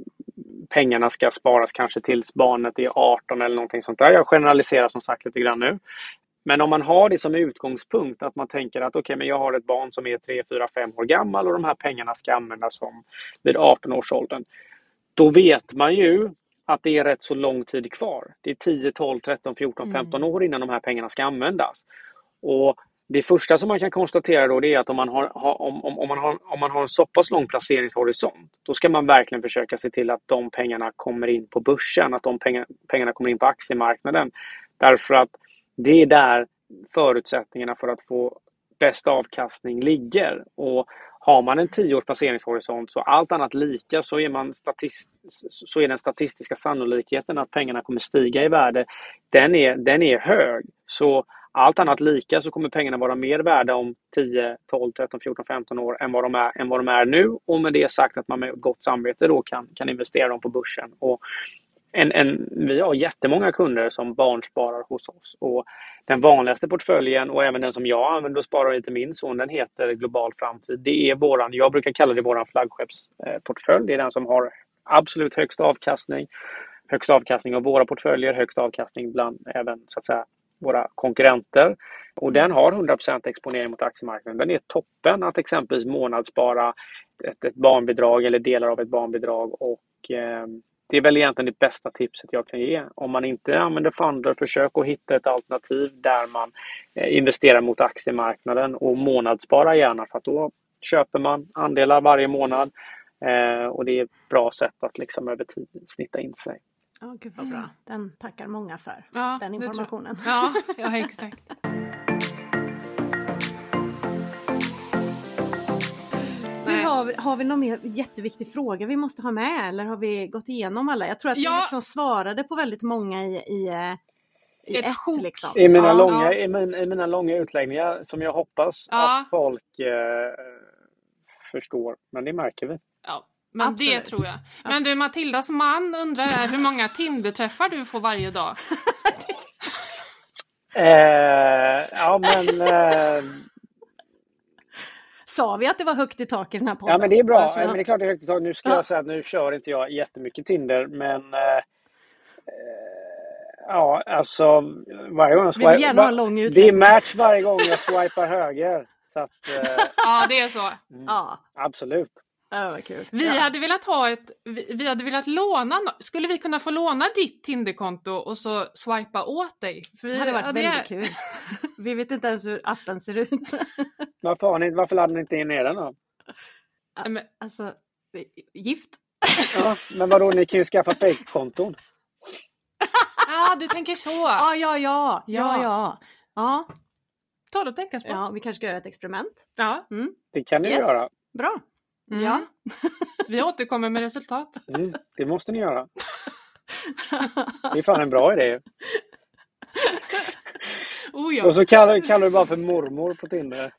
pengarna ska sparas kanske tills barnet är arton eller någonting sånt där. Jag generaliserar som sagt lite grann nu. Men om man har det som utgångspunkt, att man tänker att okej, okay, men jag har ett barn som är tre, fyra, fem år gammal och de här pengarna ska användas som vid arton års åldern. Då vet man ju att det är rätt så lång tid kvar. Det är tio, tolv, tretton, fjorton, femton år innan de här pengarna ska användas. Och det första som man kan konstatera då, det är att om man har, om, om, om man har, om man har en så pass lång placeringshorisont, då ska man verkligen försöka se till att de pengarna kommer in på börsen, att de pengar, pengarna kommer in på aktiemarknaden. Därför att det är där förutsättningarna för att få bästa avkastning ligger. Och har man en tio års placeringshorisont, så allt annat lika, så är, man statist, så är den statistiska sannolikheten att pengarna kommer stiga i värde, den är, den är hög. Så allt annat lika så kommer pengarna vara mer värda om tio, tolv, tretton, fjorton, femton år än vad de är, än vad de är nu. Och med det sagt att man med gott samvete då kan, kan investera dem på börsen. Och En, en, vi har jättemånga kunder som barnsparar hos oss, och den vanligaste portföljen, och även den som jag använder och sparar i till min son, den heter Global Framtid. Det är våran, jag brukar kalla det våran flaggskeppsportfölj. Det är den som har absolut högst avkastning, högst avkastning av våra portföljer, högst avkastning bland även så att säga våra konkurrenter, och den har hundra procent exponering mot aktiemarknaden. Den är toppen att exempelvis månadsspara ett, ett barnbidrag eller delar av ett barnbidrag, och eh, det är väl egentligen det bästa tipset jag kan ge. Om man inte använder fonder, försök att hitta ett alternativ där man investerar mot aktiemarknaden, och månadsspara gärna, för att då köper man andelar varje månad, och det är ett bra sätt att liksom över tid snitta in sig. Ja, oh, gud vad bra. Den tackar många för, ja, den informationen. Ja, ja, exakt. Har vi, har vi någon mer jätteviktig fråga vi måste ha med, eller har vi gått igenom alla? Jag tror att ja. vi liksom svarade på väldigt många i, i, i ett, ett liksom. I mina, ja, långa, ja. I, min, I mina långa utläggningar som jag hoppas ja. att folk eh, förstår, men det märker vi. Ja, men absolut. Det tror jag. Men du, Matildas man undrar hur många Tinder-träffar du får varje dag? eh, ja, men... Eh, Sa vi att det var högt i tak i den här podden? Ja, men det är bra. Men det är klart det är högt i tak. Nu ska ja. jag säga att nu kör inte jag jättemycket Tinder, men eh, ja, alltså varje gång jag swipar, vi gärna ha en lång det är match varje gång jag swipar höger. Så att, eh, ja, det är så. Mm, ja. Absolut. Ja, vad kul. Vi ja. hade velat ha ett, vi, vi hade velat låna, skulle vi kunna få låna ditt Tinderkonto och så swipa åt dig? För vi, det hade varit ja, det väldigt kul. Vi vet inte ens hur appen ser ut. Varför, har ni, varför laddar ni inte in er den då? Ja, men, alltså, gift. Ja, men vadå, ni kan ju skaffa fake-konton. Ja, du tänker så. Ja, ja, ja. Ja, ja. Ja. Ta det och tänka på. Ja, vi kanske ska göra ett experiment. Ja. Mm. Det kan ni yes. göra. Bra. Mm. Ja. Vi återkommer med resultat. Mm, det måste ni göra. Det är fan en bra idé. Oh, ja. Och så kallar, kallar du bara för mormor på Tinder.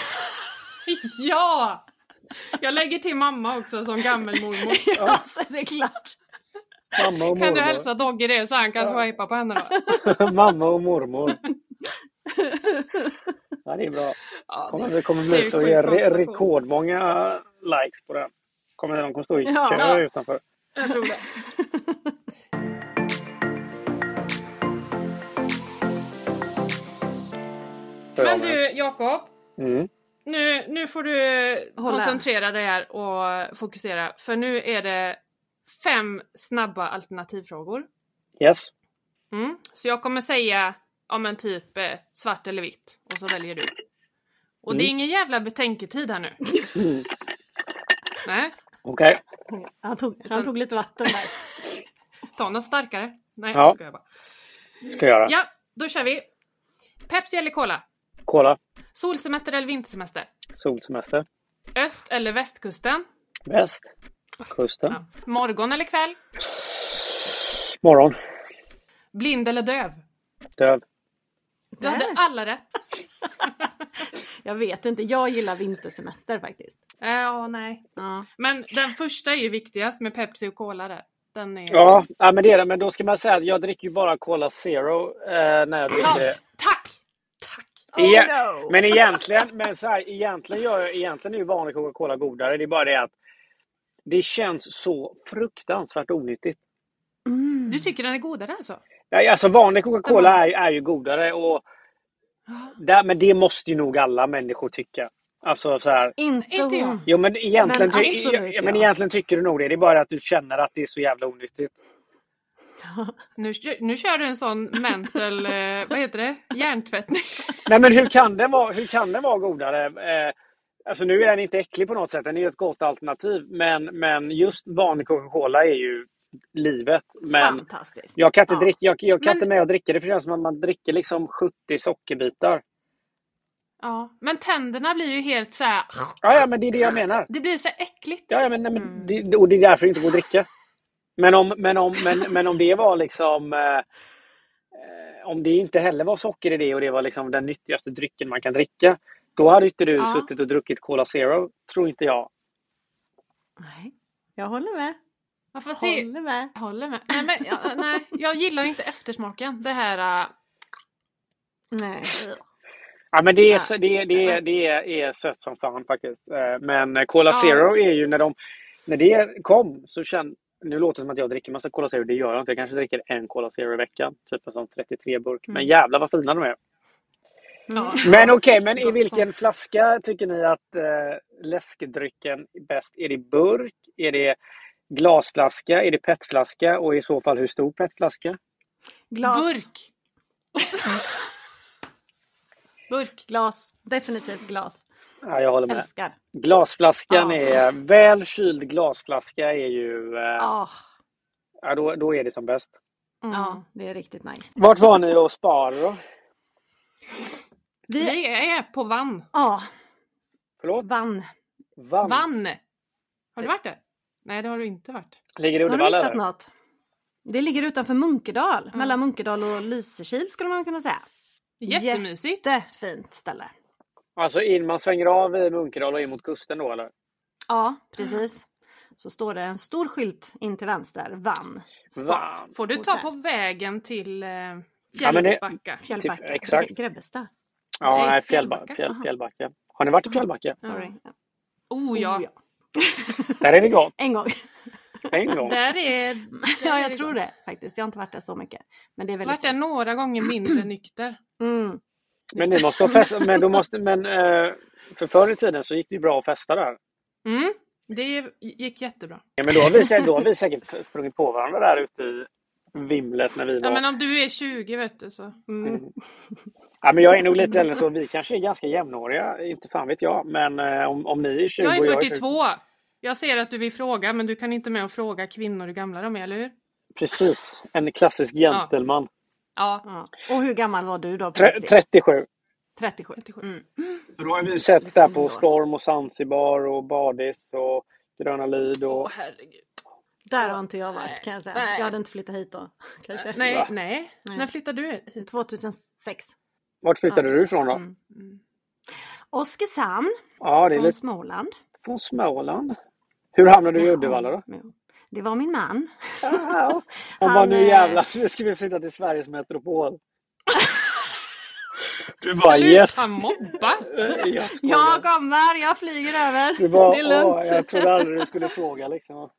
Ja! Jag lägger till mamma också som gammelmormor. Ja, så är det klart. Mamma och mormor. Kan du hälsa Doggy det så han kan Ja. swipa på henne då? Mamma och mormor. Ja, det är bra. Ja, Kommer, det, det kommer det bli är så sjuk re- konstellation. rekordmånga likes på den. Kommer de kommer stå i kö Ja. utanför. jag tror det. Men du Jakob, Mm. nu, nu får du Hålla. koncentrera dig här och fokusera. För nu är det fem snabba alternativfrågor. Yes. Mm. Så jag kommer säga om en typ eh, svart eller vitt. Och så väljer du. Och det är Mm. ingen jävla betänketid här nu. Mm. Nej, Okej. Han tog, han tog lite vatten där. ta något starkare. Nej, Ja. det ska jag bara. Ska jag göra. Ja, då kör vi. Pepsi eller cola? Kolla. Solsemester eller vintersemester? Solsemester. Öst eller västkusten? Väst. Kusten. Ja. Morgon eller kväll? Morgon. Blind eller döv? Döv. Du hade Nej. alla rätt. Jag vet inte, jag gillar vintersemester faktiskt. Ja, nej. Ja. Men den första är ju viktigast med Pepsi och cola där. Den är... Ja, ja men det är det. Men då ska man säga att jag dricker ju bara Cola Zero eh, när jag dricker Ja, det. tack! Tack! Oh, Igen- no. Men egentligen, men så här, egentligen, gör jag, egentligen är ju vanlig Coca-Cola godare. Det är bara det att det känns så fruktansvärt onyttigt. Mm. Du tycker den är godare alltså? Ja, alltså vanlig Coca-Cola är, är ju godare. Och där, men det måste ju nog alla människor tycka. Alltså så här. Inte Inte jag. hon. Jo men egentligen, Men ty- absolut, ja, men ja. egentligen tycker du nog det. Det är bara att du känner att det är så jävla onyttigt. Nu, nu kör du en sån mental, eh, vad heter det? Hjärntvättning. Nej men hur kan den vara, hur kan den vara godare? Eh, alltså nu är den inte äcklig på något sätt. Den är ju ett gott alternativ. Men, men just vanlig Coca-Cola är ju livet. Men Fantastiskt. jag kan inte, Ja. dricka, jag, jag kan Men- inte med att dricka det. För det känns som att man dricker liksom sjuttio sockerbitar. Ja, men tänderna blir ju helt så här. Ja, ja men det är det jag menar. Det blir så äckligt. Ja, ja men, nej, men Mm. det, och det är därför det inte går att dricka. Men om, men om, men, men om det var liksom eh, eh, om det inte heller var socker i det och det var liksom den nyttigaste drycken man kan dricka, då hade inte du Ja. suttit och druckit Cola Zero, tror inte jag. Nej, jag håller med. Ja, fast det, Håller med. jag håller med. Nej, men, ja, nej, jag gillar inte eftersmaken. Det här... Uh, Nej. Ja, men det är, Ja. så- det, det, är, det är, är sött som fan faktiskt. Eh, Men Cola Ja. Zero är ju när de när det kom så kände, nu låter det som att jag dricker massa Cola Zero, det gör jag inte. Jag kanske dricker en Cola Zero i veckan, typ en sån trettiotre burk. Men Mm. jävlar vad fina de är. ja. Men okej, men i Gott vilken flaska tycker ni att eh, läskedrycken är bäst? Är det burk? Är det glasflaska? Är det petflaska? Och i så fall hur stor petflaska? Glas. Burk. Burk. Glas. Definitivt glas. Ja, jag håller med. Älskar. Glasflaskan Ja. är, väl kyld glasflaska är ju, eh, Ja. ja då, då är det som bäst. Mm. Ja, det är riktigt nice. Vart var ni och sparade då? Vi, Vi är på Vann. ja, Förlåt? vann. Vann. Vann. Har du varit där? Nej, det har du inte varit. Ligger det i Har du Uddevalla missat eller? något? Det ligger utanför Munkedal. Mm. Mellan Munkedal och Lysekil skulle man kunna säga. Jättemysigt. Jättefint ställe. Alltså in, man svänger av i Munkedal och in mot kusten då eller? Ja, precis. Så står det en stor skylt in till vänster. Vann. Spa. Vann. Får du ta Hotell. på vägen till eh, Ja, men det- Fjällbacka? Fjällbacka. Typ, exakt. Gre- Grebbestad. Ja, Nej, nej, Fjällbacka. fjällbacka. Fjäll, Aha. fjällbacka. Har ni varit i Fjällbacka? Sorry. Oh ja. Oh, ja. Där är det gott. En gång. En gång. Där är... Ja, jag tror det faktiskt. Jag har inte varit där så mycket. Men det är väldigt Vart är några gånger mindre nykter. Mm. Men ni måste ha fest, men då måste, men eh, för förr i tiden så gick det ju bra att festa där. Mm, det gick jättebra. Ja, men då har vi, sä- då har vi säkert sprungit på varandra där ute i vimlet när vi var... Ja, men om du är tjugo vet du så. Mm. Ja, men jag är nog lite äldre så vi kanske är ganska jämnåriga, inte fan vet jag. Men eh, om, om ni är tjugo Jag är och fyrtiotvå. Jag ser att du vill fråga, men du kan inte med att fråga kvinnor hur gamla de är, eller hur? Precis, en klassisk gentleman. Ja. Ja. Och hur gammal var du då? På Tre- riktigt? trettiosju. trettiosju. trettiosju. Mm. Så då har vi sett där på Storm och Zanzibar och Badis och Gröna Lid och... Åh, herregud. Där har inte jag varit kan jag säga. Nej. Jag hade inte flyttat hit då. Kanske. Nej, Va? nej. Nej. När flyttade du hit? tvåtusensex. Vart flyttade Ja, du precis. ifrån då? Mm. Mm. Oskarshamn Ja, det är från lite Småland. från Småland. Hur hamnade du i Jaha, Uddevalla då? men- Det var min man. Ja. Om Han, man nu eh, jävlar, nu ska vi flytta till Sveriges metropol. Du bara yes. Sluta mobba! Jag skojar. Jag kommer, jag flyger över. Du bara, det är lugnt. åh, jag trodde aldrig du skulle fråga liksom.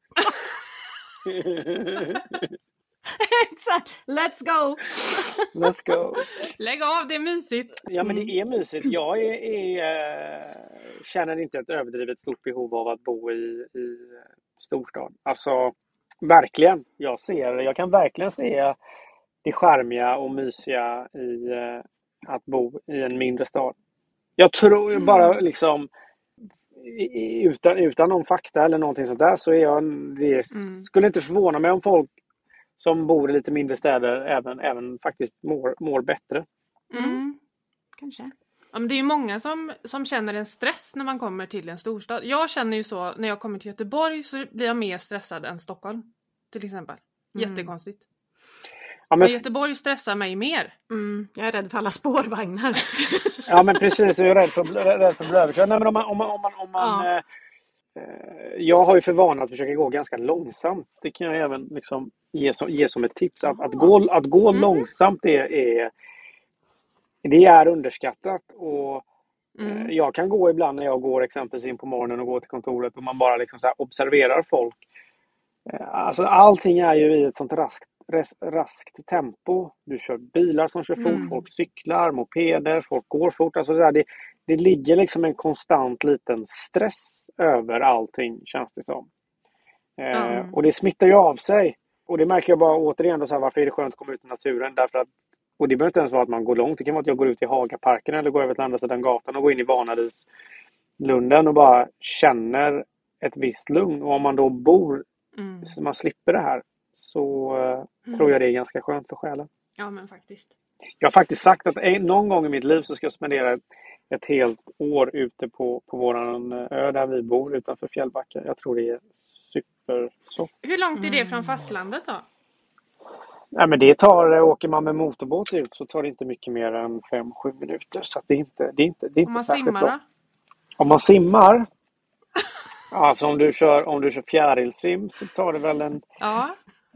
Exakt, let's go! Let's go. Lägg av, det är mysigt. Ja, men det är mysigt. Jag är, är, äh, känner inte ett överdrivet stort behov av att bo i, i storstad. Alltså, verkligen. Jag ser, jag kan verkligen se det charmiga och mysiga i äh, att bo i en mindre stad. Jag tror mm. bara liksom utan, utan någon fakta eller någonting sånt där så är jag, det mm. skulle inte förvåna mig om folk som bor i lite mindre städer även, även faktiskt mår, mår bättre. Mm. Kanske. Ja, men det är ju många som, som känner en stress när man kommer till en storstad. Jag känner ju så, när jag kommer till Göteborg så blir jag mer stressad än Stockholm. Till exempel. Mm. Jättekonstigt. Ja, men... men Göteborg stressar mig mer. Mm. Jag är rädd för alla spårvagnar. Ja, men precis. Jag är rädd för, rädd för blödkör. Nej, men om man... Om man, om man, om man ja. eh, jag har ju för vana att försöka gå ganska långsamt. Det kan jag även liksom ge, som, ge som ett tips. Att, att gå, att gå mm. långsamt är, är, det är underskattat. Och mm. eh, jag kan gå ibland när jag går exempelvis in på morgonen och går till kontoret och man bara liksom så här observerar folk. Eh, alltså allting är ju i ett sånt raskt Res, raskt tempo. Du kör bilar som kör fort, mm. folk cyklar, mopeder, folk går fort. Alltså så här, det, det ligger liksom en konstant liten stress över allting, känns det som. Eh, mm. Och det smittar ju av sig. Och det märker jag bara återigen då, så här, varför är det skönt att komma ut i naturen? Därför att, och det behöver inte ens vara att man går långt. Det kan vara att jag går ut i Hagaparken eller går över till andra sidan gatan och går in i Vanadislunden och bara känner ett visst lugn. Och om man då bor mm. så man slipper det här, så uh, mm. tror jag det är ganska skönt för själen. Ja, men faktiskt. Jag har faktiskt sagt att en, någon gång i mitt liv så ska jag spendera ett, ett helt år ute på, på våran ö där vi bor utanför Fjällbacka. Jag tror det är super så. Hur långt är det mm. från fastlandet då? Nej, men det tar, åker man med motorbåt ut så tar det inte mycket mer än fem sju minuter. Så att det är inte, det är inte, det är inte. Om man simmar då? Om man simmar, alltså om du kör, om du kör fjärilsim så tar det väl en... Ja.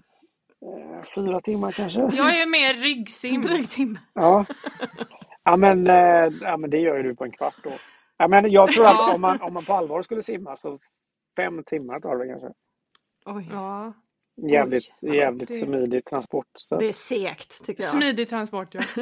Fyra timmar kanske. Jag är mer ryggsim. Ryggsim. Ja. Ja, men, äh, ja, men det gör ju du på en kvart då. Ja, men jag tror att om man, om man på allvar skulle simma så fem timmar tar det kanske. Oj. Ja. Jävligt, Oj. jävligt det... smidig transport. Så. Det är segt tycker jag. Smidig transport, ja.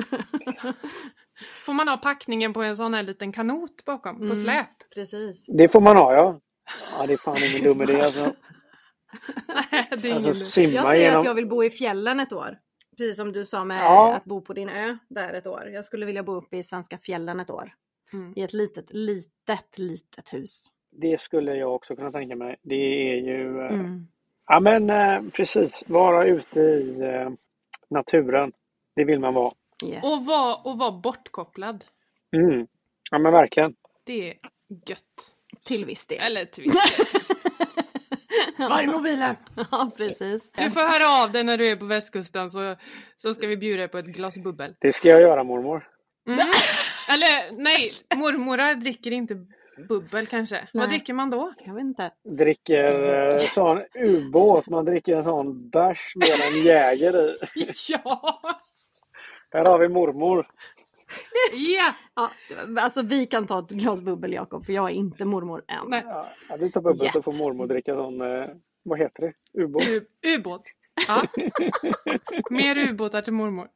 Får man ha packningen på en sån här liten kanot bakom, mm. på släp? Precis. Det får man ha, ja. Ja, det är fan ingen dum idé alltså. Nej, det är alltså, ingen simma jag säger genom... att jag vill bo i fjällen ett år. Precis som du sa med ja. att bo på din ö där ett år. Jag skulle vilja bo uppe i svenska fjällen ett år. Mm. I ett litet, litet, litet hus. Det skulle jag också kunna tänka mig. Det är ju... Mm. Ja, men eh, precis. Vara ute i eh, naturen. Det vill man vara. Yes. Och vara och var bortkopplad. Mm. Ja, men verkligen. Det är gött. Till viss del. Eller till viss del. Var är mobilen? Ja, precis. Du får höra av dig när du är på västkusten så, så ska vi bjuda dig på ett glas bubbel. Det ska jag göra, mormor. Mm. Eller, nej, mormorar dricker inte bubbel kanske. Nej. Vad dricker man då? Jag vet inte. Dricker eh, sån ubåt. Man dricker en sån bärs med en jäger i. Ja. Här har vi mormor. Ja. Ja, alltså vi kan ta ett glas bubbel, Jakob, för jag är inte mormor än. Nej. Ja, du tar bubbel så får mormor dricka sån, eh, vad heter det? Ubåt. U- ubåt. Ja. Mer ubåtar till mormor.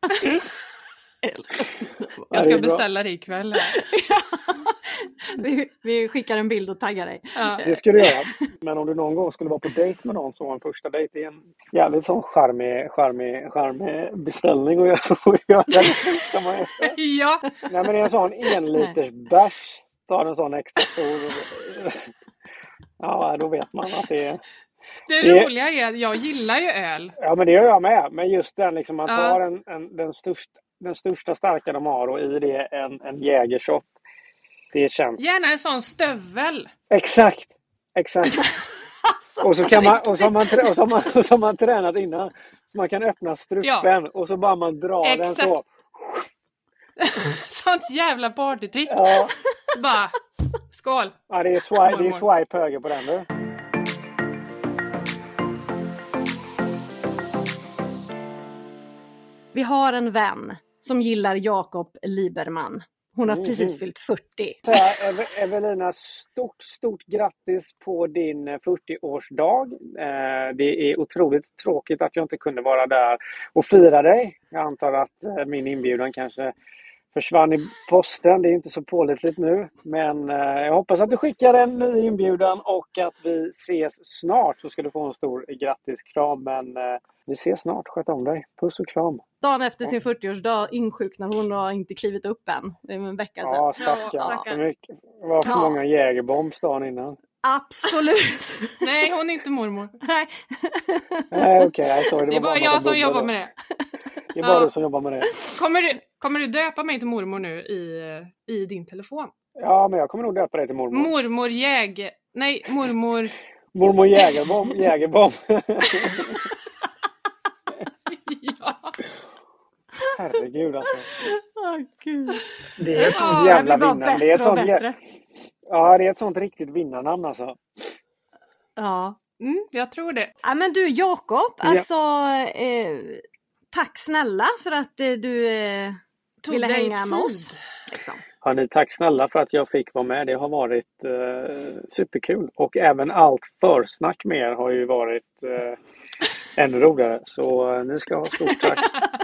Jag ska beställa det ikväll. vi, vi skickar en bild och taggar dig. Ja. Det skulle du göra. Men om du någon gång skulle vara på dejt med någon så var en första dejt är en jävligt sån charmig, charmig, charmig beställning och jag så får göra det. Ja. Nej, men det är en sån en liters bärs. Tar en sån extra stor. Ja, då vet man att det är... Det, det roliga är att jag gillar ju öl. Ja, men det gör jag med. Men just den liksom, man tar ja. en, en, den, största, den största starka de har och i det en, en jägershot. Det känns... Gärna en sån stövel. Exakt. Exakt. och, så kan man, och, så har man, och, så har man, och så har man tränat innan. Så man kan öppna strupen ja. och så bara man drar Exakt. den så. Sånt jävla partytrick. Ja. Bara, skål. Ja, det är swipe, det är swipe höger på den. Du. Vi har en vän som gillar Jakob Liberman. Hon har mm. precis fyllt fyrtio. Så här, Ev- Evelina, stort, stort grattis på din fyrtioårsdag. Eh, det är otroligt tråkigt att jag inte kunde vara där och fira dig. Jag antar att eh, min inbjudan kanske försvann i posten. Det är inte så pålitligt nu. Men eh, jag hoppas att du skickar en ny inbjudan och att vi ses snart, så ska du få en stor grattiskram. Men eh, vi ses snart. Sköt om dig. Puss och kram. Dagen efter sin fyrtioårsdag insjuknar hon och har inte klivit upp än. Det är en vecka sedan. Ja, stackarn. Ja, Det var för Ja. många jägerbombs dagen innan. Absolut. Nej, hon är inte mormor. Nej. Nej, okej. Okay. Sorry, Det är bara jag som jobbar med det. Det är bara Ja. du som jobbar med det. Kommer du, kommer du döpa mig till mormor nu i, i din telefon? Ja, men jag kommer nog döpa dig till mormor. Mormor jäg... Nej, mormor... Mormor jägerbomb. jägerbomb. Ja. Herregud alltså. Åh, Gud. Det är ett sånt Ja, jävla det blir bara vinnare. Det är ett bättre och sånt bättre. jä... Ja, det är ett sånt riktigt vinnarnamn alltså. Ja. Mm, jag tror det. Ja, men du Jakob, Ja. alltså eh, tack snälla för att eh, du eh, Tog ville dig hänga med tid. oss. Liksom. Hörrni, tack snälla för att jag fick vara med. Det har varit eh, superkul. Och även allt försnack med er har ju varit eh, ännu roligare. Så eh, ni ska ha stort tack.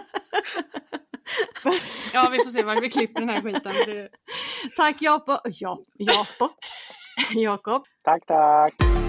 Ja, vi får se var vi klipper den här skiten. Det... Tack Jakob. Ja, Jakob. Jakob. Tack, tack.